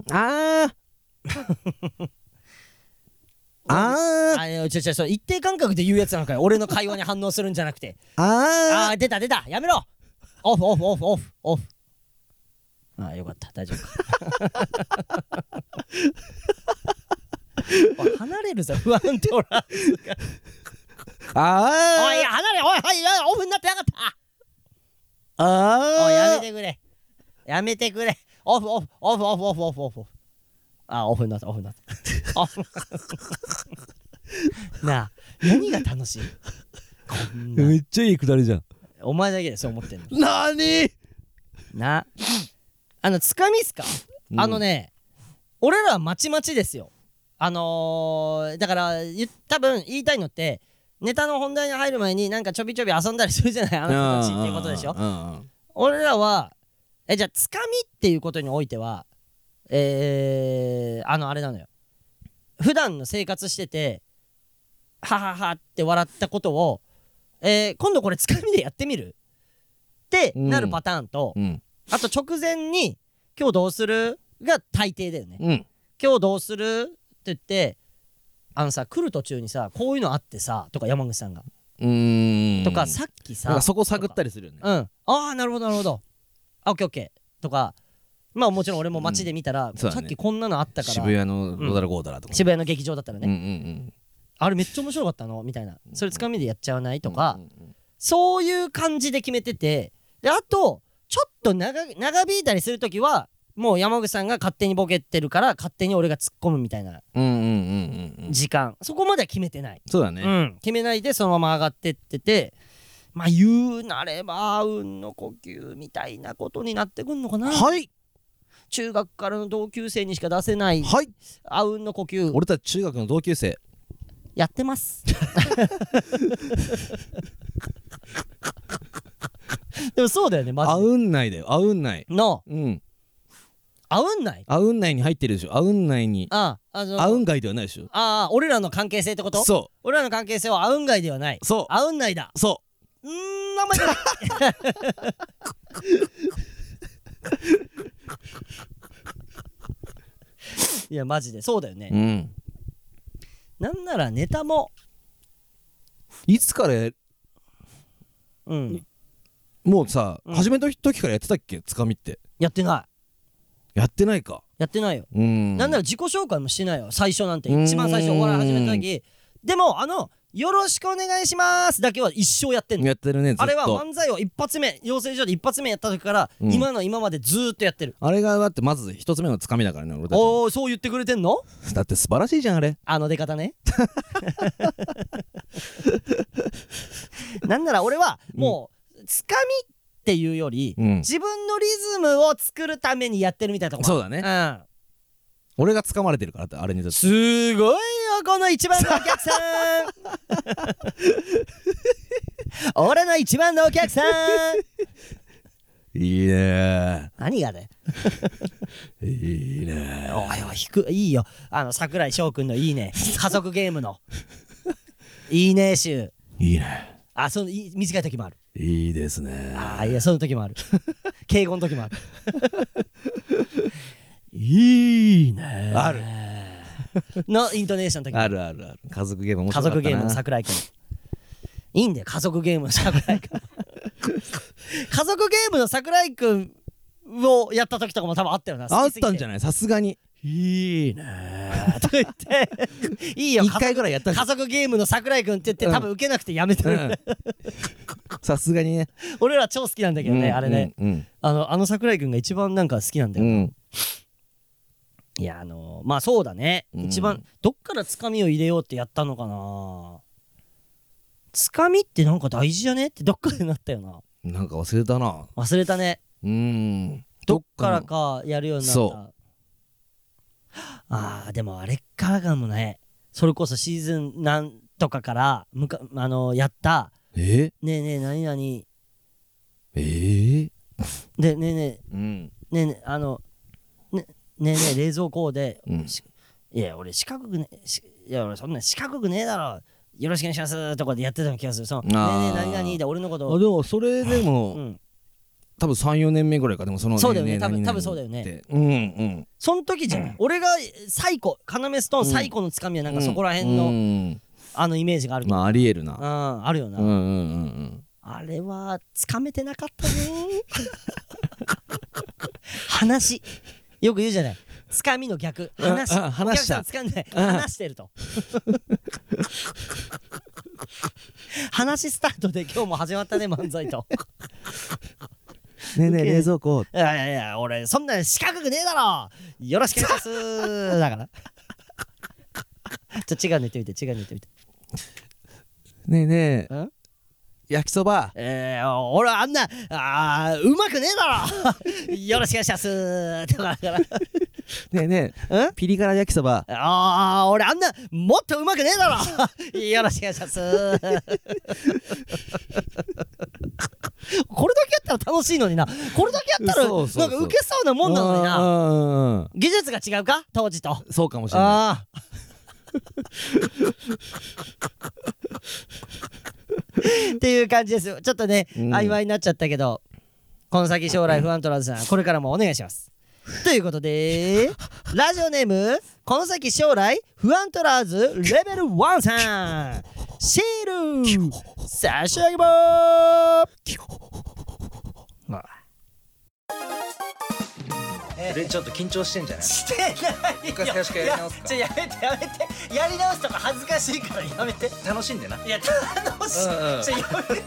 それ一定間隔で言うやつなのかよ。俺の会話に反応するんじゃなくて。出たやめろ。オフ。よかった、大丈夫か。離れるぞ不安取らずが。おい離れ。おいオフになってなかった。やめてくれ。オフ。オフになった。なあ、何が楽しい？ めっちゃいいくだりじゃん。 お前だけでそう思ってんの。つかみっすか？俺らはまちまちですよ。だから多分言いたいのってネタの本題に入る前になんかちょびちょび遊んだりするじゃない、あの子たちっていうことでしょ。俺らはじゃあつかみっていうことにおいてはあれなのよ。普段の生活しててはははって笑ったことを今度これつかみでやってみるってなるパターンと、あと直前に今日どうするが大抵だよね。今日どうするって言ってさ来る途中にさこういうのあってさとか山口さんがとかさっきさそこ探ったりするよね。 なるほどオッケーとか、まあもちろん俺も街で見たら、さっきこんなのあったから渋谷のどうだらこうだらとか、 渋谷の劇場だったらね、あれめっちゃ面白かったのみたいな、それつかみでやっちゃわないとか、そういう感じで決めてて、であとちょっと長引いたりするときはもう山口さんが勝手にボケてるから勝手に俺が突っ込むみたいな時間、そこまでは決めてない。 そうだね、 決めないでそのまま上がってってて、まあ言うなればあうんの呼吸みたいなことになってくんのかな。中学からの同級生にしか出せないあうんの呼吸、 俺たち中学の同級生やってますでもそうだよね、マジで。 あうんないだよ、あうんないのあうんない、 あうんないに入ってるでしょ。あうんないにあうんがいではないでしょ。 俺らの関係性ってこと？ そう、 俺らの関係性はあうんがいではない。 そう、 あうんないだ。 そう名前じゃないいやマジでそうだよね。なんならネタもいつからもうさ、始めた時からやってたっけ、つかみって。 やってない。 やってないか。 やってないよ。なんなら自己紹介もしてないよ、最初なんて。一番最初お笑い始めた時でもよろしくお願いしますだけは一生やってんの。 やってるね、ずっと。 あれは漫才を一発目、養成所で一発目やった時から今までずーっとやってる。 あれがだってまず一つ目のつかみだからね、俺たち。 おー、そう言ってくれてんの？ だって素晴らしいじゃん、あれ。 出方ねなんなら俺はもうつかみっていうより自分のリズムを作るためにやってるみたいなところ。 そうだね。俺が掴まれてるからって、あれにだって。 すごいよこの一番のお客さん俺の一番のお客さんいいね。 何がだよいいね。 おいいいよ、桜井翔くんのいいね、家族ゲームのいいね集。 いいね。 その短い時もある。 いいですね。 いやその時もある敬語の時もあるいいねあるのイントネーションの時もある。家族ゲーム面白かったな。 家族ゲームの桜井くんいいんだよ、家族ゲームの桜井くん家族ゲームの桜井くんをやった時とかも多分あったよな。 あったんじゃない、さすがに。 いいねと言っていいよ、 1回ぐらいやった家族ゲームの桜井くんって言って多分受けなくてやめてるさすがにね。 俺ら超好きなんだけどね、あれね。桜井くんが一番なんか好きなんだよ。いやまあそうだね、一番どっからつかみを入れようってやったのかな。 つかみってなんか大事じゃねってどっかでなったよな。 なんか忘れたな。 忘れたね。どっからかやるようになった。そう。でもあれからかもね。それこそシーズンなんとかからやったねえねえ何々でねえねえねえねえねえねえ冷蔵庫でいや俺四角くねいや俺そんな四角くねえだろよろしくお願いしますとかでやってたような気がする。そのねえねえ何々で俺のことでもそれでも多分 3,4 年目ぐらいか。でもそのそうだよね。多分そうだよね。その時じゃん。俺が最古要ストーン最古のつかみはなんかそこら辺のイメージがある。 まあありえるな。 あるよな。あれはつかめてなかったね。話よく言うじゃない。つかみの逆。話したつかんで話してると。話スタートで今日も始まったね漫才と。 ねえねえ冷蔵庫。 いや俺そんな四角くねえだろよろしくお願いしますだから違うの言ってみてねえねえ焼きそば。 俺あんなうまくねえだろよろしくお願いしますだからねえねえピリ辛焼きそば。 俺あんなもっとうまくねえだろよろしくお願いしますこれだけやったら楽しいのにな。これだけやったらなんかウケそうなもんなのにな。技術が違うか当時と。 そうかもしれないっていう感じですよ。ちょっとね曖昧になっちゃったけど、この先将来不安トラーズさんこれからもお願いしますということでラジオネームこの先将来不安トラーズレベル1さんシール差し上げまーす。 ちょっと緊張してんじゃない？ してないよ。 一回最初からやり直すか？ やめてやり直すとか恥ずかしいからやめて。 楽しんでな。 いや楽しい。やめてみんなの前で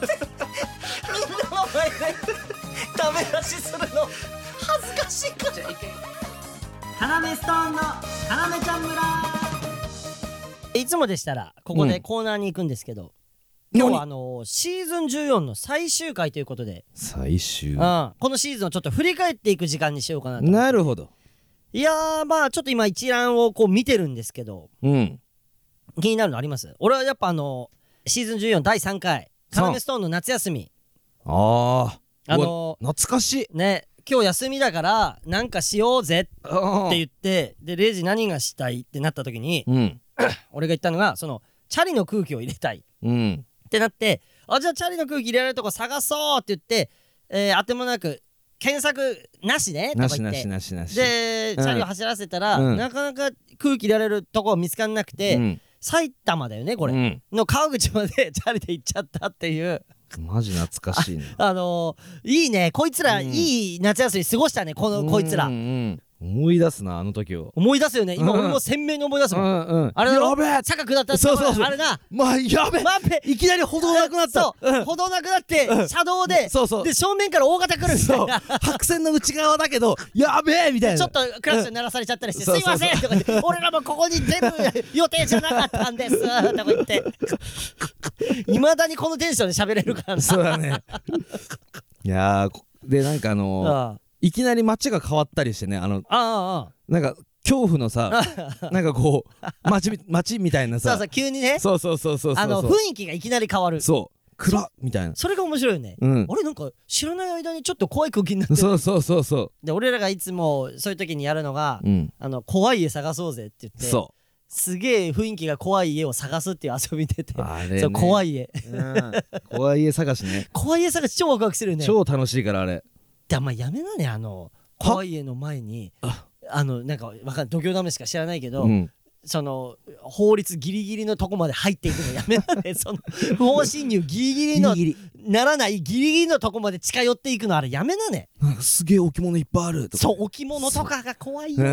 ダメ出しするの恥ずかしいから。じゃあ一回カナメストーンのカナメちゃん村。いつもでしたらここでコーナーに行くんですけど、今日はシーズン14の最終回ということで最終、 このシーズンをちょっと振り返っていく時間にしようかなと。 なるほど。 いやまあちょっと今一覧をこう見てるんですけど、気になるのあります？俺はやっぱシーズン14第3回カナメストーンの夏休み。懐かしいね。今日休みだからなんかしようぜって言ってでレイジ何がしたいってなった時に、俺が言ったのがそのチャリの空気を入れたいってなって、じゃあチャリの空気入れられるとこ探そうって言って、あてもなく検索なしねとか言ってでチャリを走らせたら、なかなか空気入れられるとこ見つかんなくて、埼玉だよねこれ、の川口までチャリで行っちゃったっていう。 マジ懐かしいね。 いいねこいつら、いい夏休み過ごしたねこいつら。 思い出すなあの時を。 思い出すよね今俺も鮮明に思い出すもん。あれだろ、やべえ坂下った。 そうあれな、 やべえいきなり歩道なくなった。 歩道なくなって車道でで正面から大型来るみたいな。 白線の内側だけどやべえみたいな。 ちょっとクラッシュ鳴らされちゃったりしてすいませんとか言って俺らもここに出る予定じゃなかったんですとか言っていまだにこのテンションで喋れるからな。 そうだね。いやでなんかいきなり街が変わったりしてね、なんか恐怖のさなんかこう街みたいなさ、 そう急にね、 そう雰囲気がいきなり変わる。 そう暗っみたいな。 それが面白いよね。あれなんか知らない間にちょっと怖い空気になってる。 そうで俺らがいつもそういう時にやるのが怖い家探そうぜって言って、すげえ雰囲気が怖い家を探すっていう遊び出て、そう怖い家怖い家探しね。 怖い家探し超ワクワクするよね。 超楽しいからあれ。 でまあやめなね怖い家の前になんかわかんない度胸試しか知らないけど、その法律ギリギリのとこまで入っていくのやめなね。その不法侵入ギリギリのならないギリギリのとこまで近寄っていくのあれやめなね。 なんかすげえ置物いっぱいあるとか。 そう置物とかが怖いよ。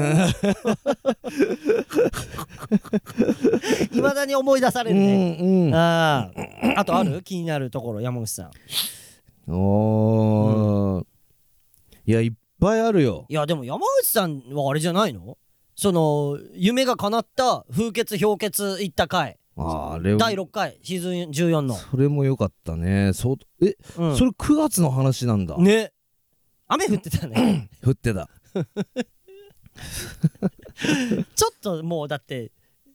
いまだに思い出されるね。あとある気になるところ山口さん。 いやいっぱいあるよ。 いやでも山口さんはあれじゃないの？その夢が叶った風穴氷穴行った回あれ第6回シーズン14の。 それも良かったね。それ9月の話なんだね。雨降ってたね。 降ってた。 ちょっともうだって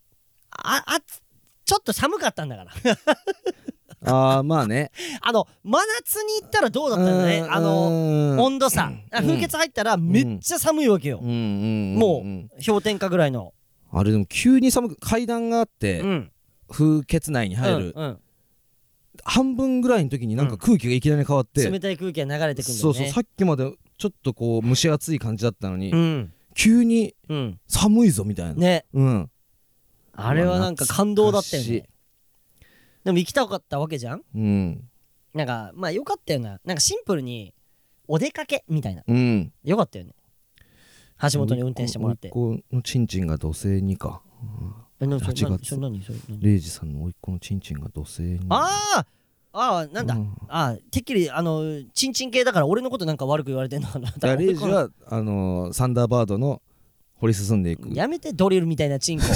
ちょっと寒かったんだからああまあね。 真夏に行ったらどうだったんだね。温度差、風穴入ったらめっちゃ寒いわけよ。もう氷点下ぐらいの。 あれでも急に階段があって、風穴内に入る、半分ぐらいの時になんか空気がいきなり変わって、 冷たい空気が流れてくるんだよね。 そうそう、さっきまでちょっとこう蒸し暑い感じだったのに、急に寒いぞみたいなね。あれはなんか感動だったよね。でも行きたかったわけじゃん。なんかまあよかったよな。なんかシンプルにお出かけみたいな。よかったよね。橋本に運転してもらって。 甥っ子のチンチンが土星にか。8月レイジさんの甥っ子のチンチンが土星に。 ああなんだ。てっきりチンチン系だから俺のことなんか悪く言われてんのかな。 レイジはサンダーバードの掘り進んでいく。 やめてドリルみたいなチンコ。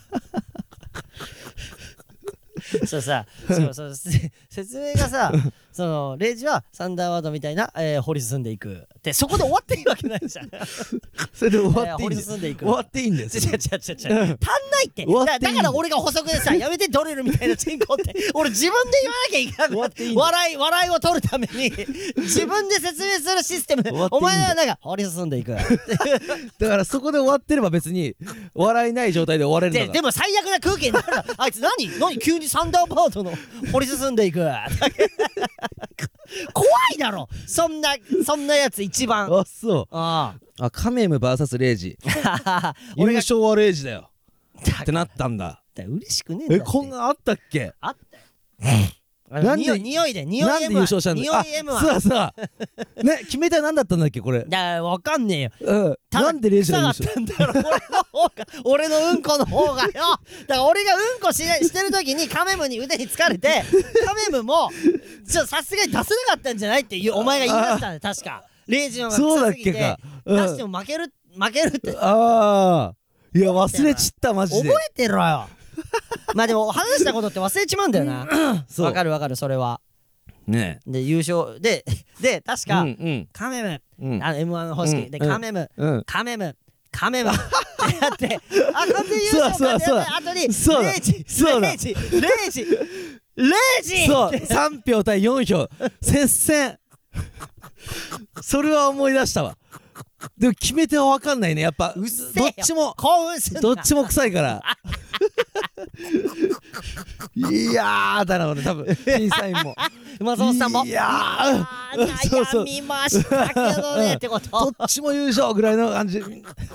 そうさ、そう説明がさ、レイジはサンダーバードみたいな掘り進んでいくってそこで終わっていいわけないじゃん。 それで終わっていい掘り進んでいく。 終わっていいんです。 違う足んないって。だから俺が補足でさ、やめてドリルみたいなチンコって俺自分で言わなきゃいけなくて、笑いを取るために自分で説明するシステム。お前はなんか掘り進んでいく。 だからそこで終わってれば別に笑いない状態で終われるんだから。 でも最悪な空気になる。あいつ何急にサンダーバードの掘り進んでいく。怖いだろそんなやつ一番。 あそうカメム VS レイジ優勝はレイジだよってなったんだ。 嬉しくねえんだって。 こんなあったっけ。 あったよ。なんで優勝したんだ。匂い M はそうね、決め手は何だったんだっけこれ。 分かんねえよ。 なんでレイジが優勝したんだろ。俺のうんこの方がよ。だから俺がうんこしてる時にカメムに腕につかれて、カメムもさすがに出せなかったんじゃないってお前が言い出したんだよ確か。レイジの方が臭すぎて出しても負けるって。 ああいや忘れちったマジで。 覚えてろよ。まあでも話したことって忘れちまうんだよな。わかるそれはね。 で優勝で確かカメムM1 方式でカメムってやって完全優勝ってやって後にレイジそう3票対4票接戦。それは思い出したわ。でも決め手は分かんないねやっぱ。どっちも臭いから。いやーだろうね多分審査員も松本さんもいやー悩みましたけどねってこと。 どっちも優勝ぐらいの感じ。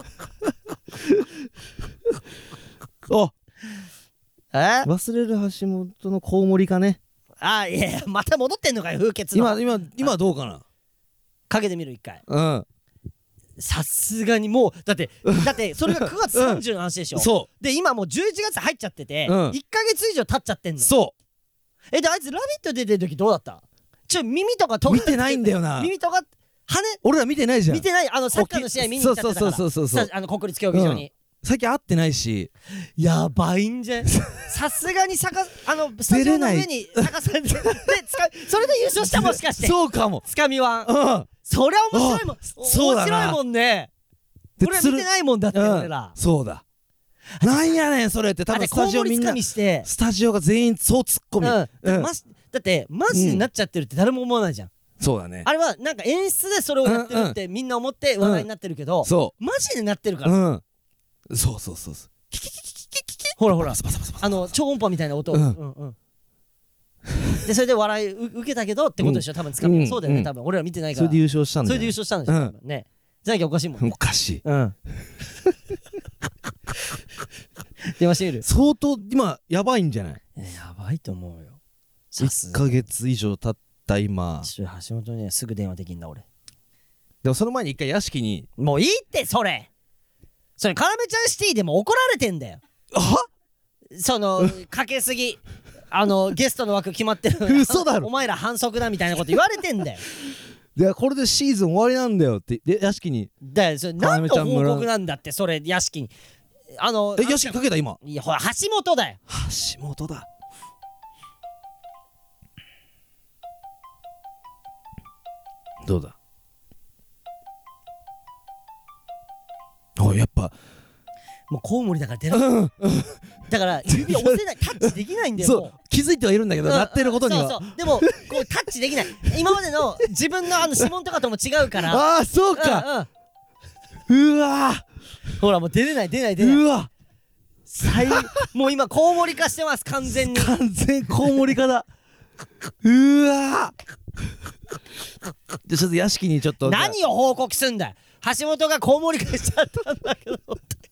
お忘れる橋本のコウモリかね。 いやまた戻ってんのかよ風穴の。 今どうかな。 かけてみる一回。さすがにもうだってそれが9月30の話でしょ。そうで今もう11月入っちゃってて1ヶ月以上経っちゃってんの。 そうであいつラビット出てる時どうだった。耳とか見てないんだよな。 耳とか俺ら見てないじゃん。 見てない。サッカーの試合見に行っちゃってたから国立競技場に。 最近会ってないしやばいんじゃん。さすがにスタジオの上に逆されてそれで優勝したもしかして。 そうかも。 つかみはそりゃ面白いもん。面白いもんね。俺は見てないもんだって俺ら。 そうだ。なんやねんそれって多分スタジオみんなスタジオが全員そうツッコミ。だってマジになっちゃってるって誰も思わないじゃん。 そうだね。 あれはなんか演出でそれをやってるってみんな思って話題になってるけどマジでなってるから。 そうほら超音波みたいな音。でそれで笑い受けたけどってことでしょ多分つかみ。そうだよね多分俺ら見てないから。 それで優勝したんだ。 それで優勝したんでしょ多分ね。じゃなきゃおかしいもんね。 おかしい。 電話してみる。 相当今やばいんじゃない。 やばいと思うよ。 1ヶ月以上経った今。 橋本にはすぐ電話できんだ俺。 でもその前に一回屋敷に。 もういいってそれカラメちゃんシティでも怒られてんだよ。かけすぎゲストの枠決まってる。 嘘だろ。 お前ら反則だみたいなこと言われてんだよ。 でこれでシーズン終わりなんだよって屋敷に。 それ何の報告なんだってそれ屋敷に。 屋敷かけた今。 いやほら橋本だよ。 橋本だ。どうだ。やっぱもうコウモリだから出ない。だから指押せない、タッチできないんだよ。 そう気づいてはいるんだけど、鳴ってることには。 そうでもこうタッチできない。今までの自分の指紋とかとも違うから。 ああそうか。うわほらもう出れない。 うわもう今コウモリ化してます完全に。 完全コウモリ化だ。うわじゃあちょっと屋敷にちょっと何を報告すんだよ。橋本がコウモリ化しちゃったんだけど。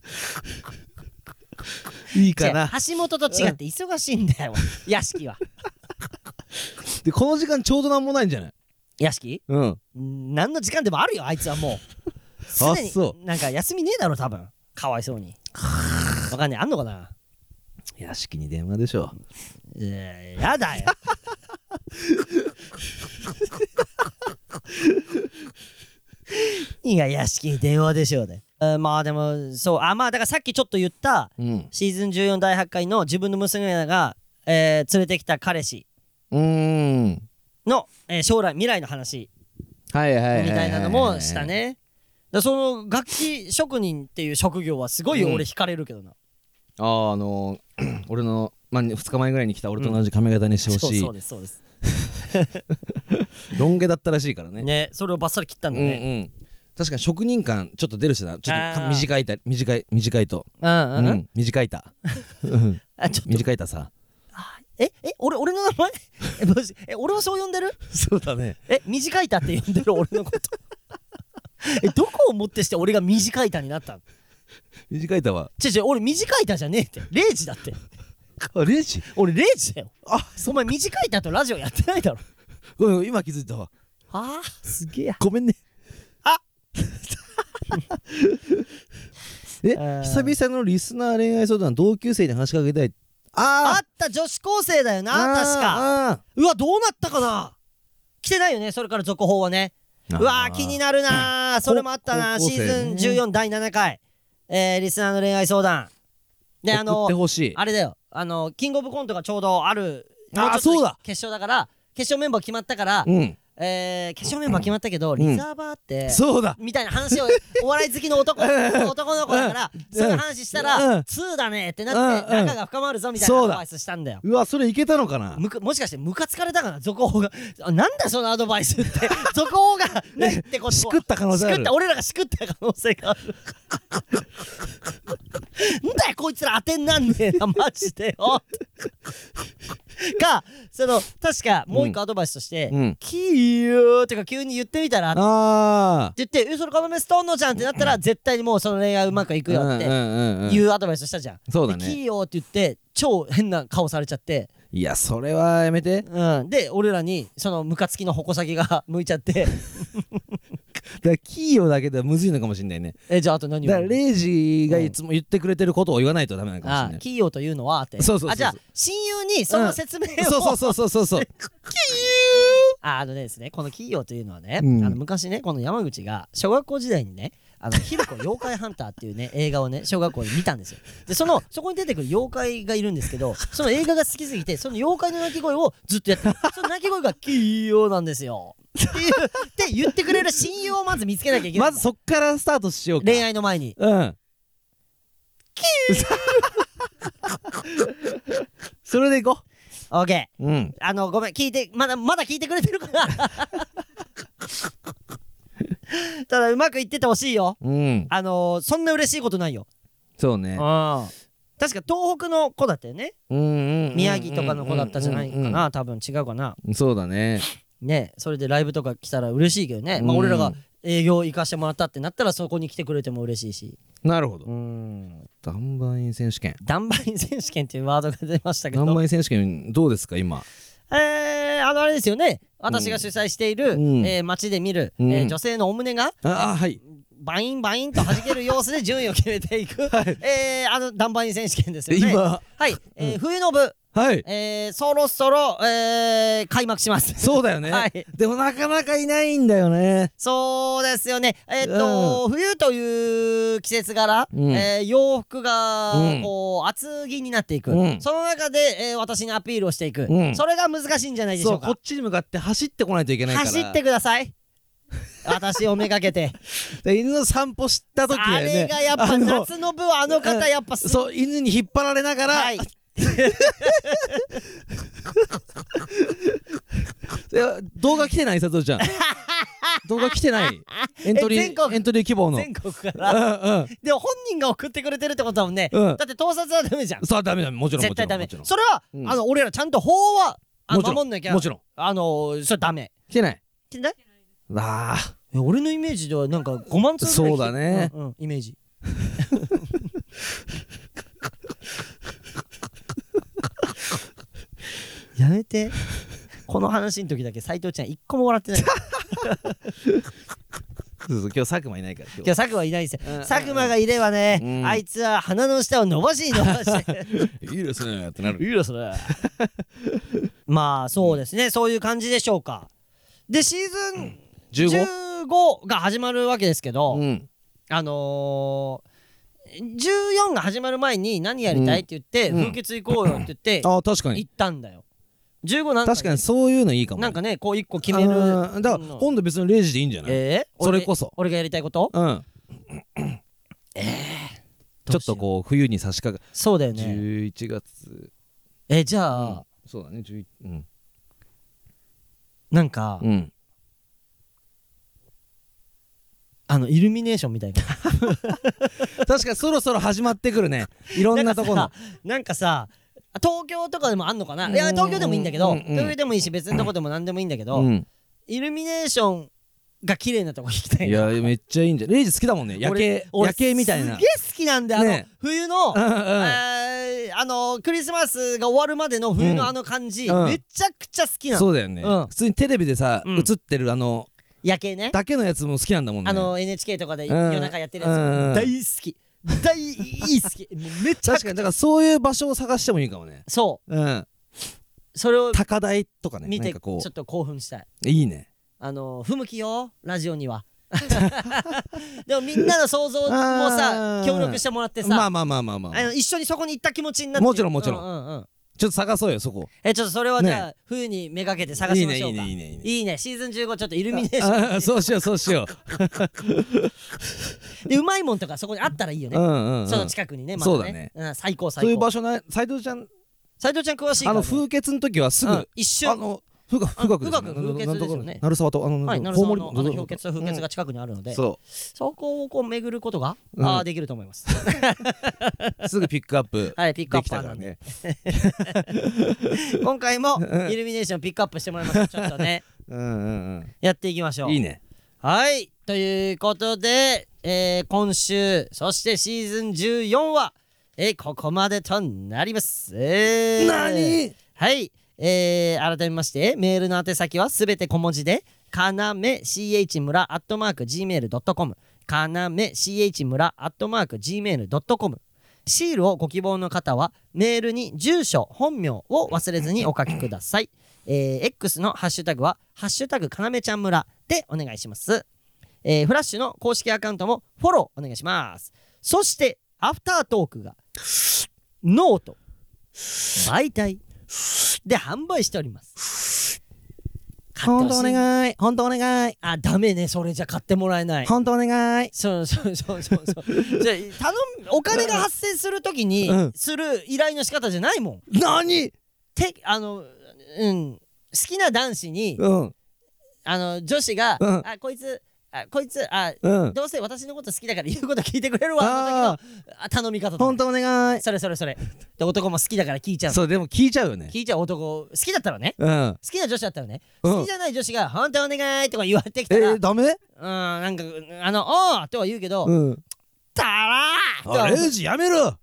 いいかな。 橋本と違って忙しいんだよ屋敷は。 でこの時間ちょうどなんもないんじゃない？ 屋敷？何の時間でもあるよあいつはもう。すでになんか休みねえだろ多分。かわいそうに。わかんねえ、あんのかな。 屋敷に電話でしょ。 やだよ。いや屋敷に電話でしょうね。まあでもそうまあだからさっきちょっと言った、シーズン14第8回の自分の娘が、連れてきた彼氏の、将来未来の話みたいなのもしたね。その楽器職人っていう職業はすごい俺惹かれるけどな。 俺の、2日前ぐらいに来た俺と同じ髪型にしてほしい。 そうですロン毛だったらしいからね。 ね、それをバッサリ切ったんだね。 確かに職人感ちょっと出るしな。ちょっと短いと短いた短いたさ。 俺の名前俺はそう呼んでる？ そうだね。 短いたって呼んでる俺のこと。どこをもってして俺が短いたになったの？ 短いたは俺短いたじゃねえって。0時だって。 0時？ 俺0時だよ。お前短いたとラジオやってないだろ。 ごめん今気づいたわ。 すげえ。 ごめんね。久々のリスナー恋愛相談、同級生に話しかけたい。 あった女子高生だよな確か。うわどうなったかな。来てないよねそれから続報はね。うわ気になるな。それもあったな。シーズン14第7回リスナーの恋愛相談で送ってほしい。 あれだよキングオブコントがちょうどある。 そうだ決勝だから決勝メンバー決まったから決勝メンバー決まったけどリザーバーってそうだみたいな話をお笑い好きの男の子だからそういう話したら2だねってなって仲が深まるぞみたいなアドバイスしたんだよ。 うわそれいけたのかな。 もしかしてムカつかれたかな続報が。なんだそのアドバイスって。続報がないってことはしくった可能性ある。 俺らがしくった可能性がある。なんだよこいつら当てになんねえなマジでよ。か確かもう一個アドバイスとしてキーよーってか急に言ってみたらって言ってそれ要ストーンのじゃんってなったら絶対にもうその恋愛うまくいくよっていうアドバイスしたじゃん。 そうだね。 キーよーって言って超変な顔されちゃって。 いやそれはやめて。 で俺らにそのムカつきの矛先が向いちゃって。 だからキーよだけではむずいのかもしれないね。 じゃああと何を。 だからレイジがいつも言ってくれてることを言わないとダメなのかもしれない。 キーよというのはって。 そうじゃあ親友にその説明を。 そうキーですねこのキーよというのはね昔ねこの山口が小学校時代にねヒルコ妖怪ハンターっていうね映画をね小学校で見たんですよ。でそこに出てくる妖怪がいるんですけどその映画が好きすぎてその妖怪の鳴き声をずっとやってる。その鳴き声がキーよなんですよって言ってくれる親友をまず見つけなきゃいけない。 まずそっからスタートしようか。 恋愛の前にキーそれでいこう。 オッケー。ごめん聞いてまだ聞いてくれてるかな。ただうまくいっててほしいよ。そんな嬉しいことないよ。 そうね。 確か東北の子だったよね。宮城とかの子だったじゃないかな。多分違うかな。 そうだね。 それでライブとか来たら嬉しいけどね。俺らが営業行かしてもらったってなったらそこに来てくれても嬉しいし。 なるほど。ダンバイン選手権。 ダンバイン選手権っていうワードが出ましたけど。 ダンバイン選手権どうですか今。 あれですよね。私が主催している街で見る女性のお胸がバインバインと弾ける様子で順位を決めていくダンバイン選手権ですよね。 今冬の部はい、 そろそろ、開幕します。 そうだよね、はい、でもなかなかいないんだよね。 そうですよね。冬という季節柄、洋服がこう厚着になっていく、その中で、私にアピールをしていく、それが難しいんじゃないでしょうか。 そう、こっちに向かって走ってこないといけないから、 走ってください。私をめがけてで犬の散歩した時はね、 あれがやっぱ夏の部はあの方やっぱそう犬に引っ張られながら、はい動画来てない佐藤ちゃん動画来てないエントリー希望の全国から、でも本人が送ってくれてるってことだもんね、だって盗撮はダメじゃん。 そうダメだ、もちろん絶対ダメ。それは俺らちゃんと法は守んなきゃ、 もちろんそれダメ。 来てない来てない。 ああ、 俺のイメージではなんか5万通ぐらい。 そうだね、 イメージやめて、この話の時だけ斉藤ちゃん1個も笑ってない今日佐久間いないから、 今日佐久間いないですよ。佐久間がいればね、あいつは鼻の下を伸ばしていいですねってなる。 いいですねまあそうですね、そういう感じでしょうか。でシーズン15が始まるわけですけど、14が始まる前に何やりたいって言って風穴行こうよって言って行ったんだよ。15なんか確かにそういうのいいかも。 なんかね、こう1個決める。だから今度別に0時でいいんじゃない？それこそ俺がやりたいこと？ ちょっとこう冬に差し掛かる。 そうだよね。 11月。 じゃあそうだね、 なんかイルミネーションみたいな確かにそろそろ始まってくるね、いろんなところの。 なんかさ、東京とかでもあんのかな。いや東京でもいいんだけど、東京でもいいし別のとこでも何でもいいんだけど、イルミネーションが綺麗なとこ行きたいな。 いやめっちゃいいんじゃん。レイジ好きだもんね、夜景みたいな。 すげえ好きなんだよ、冬のクリスマスが終わるまでの冬の感じ、めちゃくちゃ好きなの。 そうだよね、普通にテレビでさ映ってる夜景ねだけのやつも好きなんだもんね。 NHK とかで夜中やってるやつも大好き、大好きめっちゃ。 確かにだからそういう場所を探してもいいかもね。 そう、それを高台とかね見てちょっと興奮したい。 いいね。 不向きよラジオにはでもみんなの想像もさ協力してもらってさ、 まあ一緒にそこに行った気持ちになって。 もちろんちょっと探そうよそこ。 ちょっとそれはじゃあ冬にめがけて探しましょうか。いいね。シーズン15ちょっとイルミネーションそうしようでうまいもんとかそこにあったらいいよね。その近くにね。 そうだね。 最高。 そういう場所ない。斉藤ちゃん詳しいから。 風穴の時はすぐ一瞬風穴ですよね。 鳴沢と鳴沢の氷穴と風穴が近くにあるので、そこをこう巡ることができると思います。 すぐピックアップ。 はい、ピックアップなんで今回もイルミネーションピックアップしてもらいましょう。ちょっとねやっていきましょう。 いいね。 はい、ということで今週そしてシーズン14はここまでとなります。 何？ はい、改めましてメールの宛先はすべて小文字でかなめ ch 村@gmail.com かなめ ch 村@gmail.com。 シールをご希望の方はメールに住所本名を忘れずにお書きください。X のハッシュタグはハッシュタグかなめちゃん村でお願いします。フラッシュの公式アカウントもフォローお願いします。そしてアフタートークがノート媒体で販売しております。 本当お願い、本当お願い。 ダメね、それじゃ買ってもらえない。 本当お願い。 そうじゃあお金が発生するときにする依頼の仕方じゃないもん。 何？ 好きな男子に女子がこいつどうせ私のこと好きだから言うこと聞いてくれるわ頼み方。 本当お願い。 それで男も好きだから聞いちゃう。 そうでも聞いちゃうよね。 聞いちゃう。男好きだったらね、好きな女子だったらね、好きじゃない女子が本当お願いとか言われてきたらダメ？ なんかおーとは言うけど、たらーレイジやめろ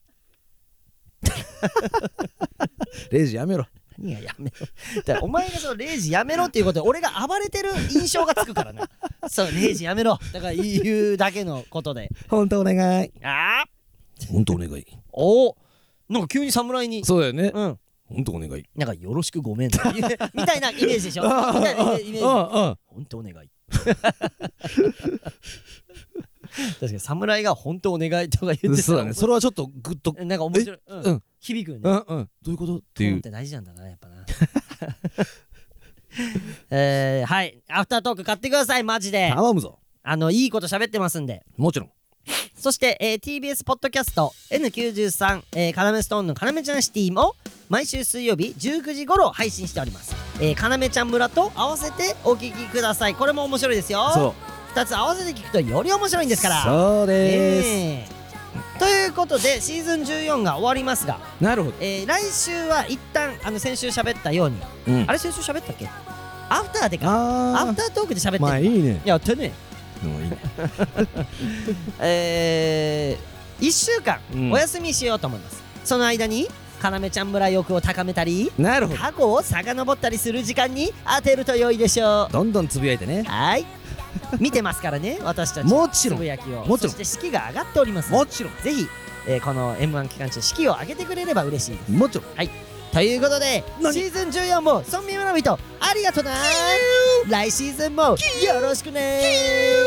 レイジやめろ。 何がやめろだからお前がそのレイジやめろっていうことで俺が暴れてる印象がつくからなそうレイジやめろだから言うだけのことで本当お願い。本当お願い。 おお、なんか急に侍に。 そうだよね。 ほんとお願い。 なんかよろしくごめんみたいなイメージでしょ。みたいなイメージ。ほんとお願い。確かに侍が本当お願いとか言ってた。 そうだね。それはちょっとグッとなんか面白い。響くね。 どういうことっていう。 って大事なんだなやっぱな。はい、アフタートーク買ってくださいマジで。 頼むぞ。 いいこと喋ってますんで。 もちろん。 そして、TBS ポッドキャスト N93、カナメストーンのカナメちゃんシティも毎週水曜日19時頃配信しております。カナメちゃん村と合わせてお聞きください。これも面白いですよ。 そう、 2つ合わせて聞くとより面白いんですから。 そうです、ということでシーズン14が終わりますが、 なるほど。 来週は一旦先週喋ったように、あれ先週喋ったっけ？アフターでか。アフタートークで喋ってる。 まあいいね。 やってね。 いいね。 1週間お休みしようと思います。その間にかなめちゃん村欲を高めたり、 なるほど、 過去を遡ったりする時間に当てると良いでしょう。 どんどんつぶやいてね。 はい、見てますからね私たち。 もちろんつぶやきを。 もちろん。 そして士気が上がっております。 もちろん。 ぜひ、この M1 期間中士気を上げてくれれば嬉しいです。 もちろん。 はい、ということでシーズン14も村民村人ありがとな。来シーズンもよろしくね。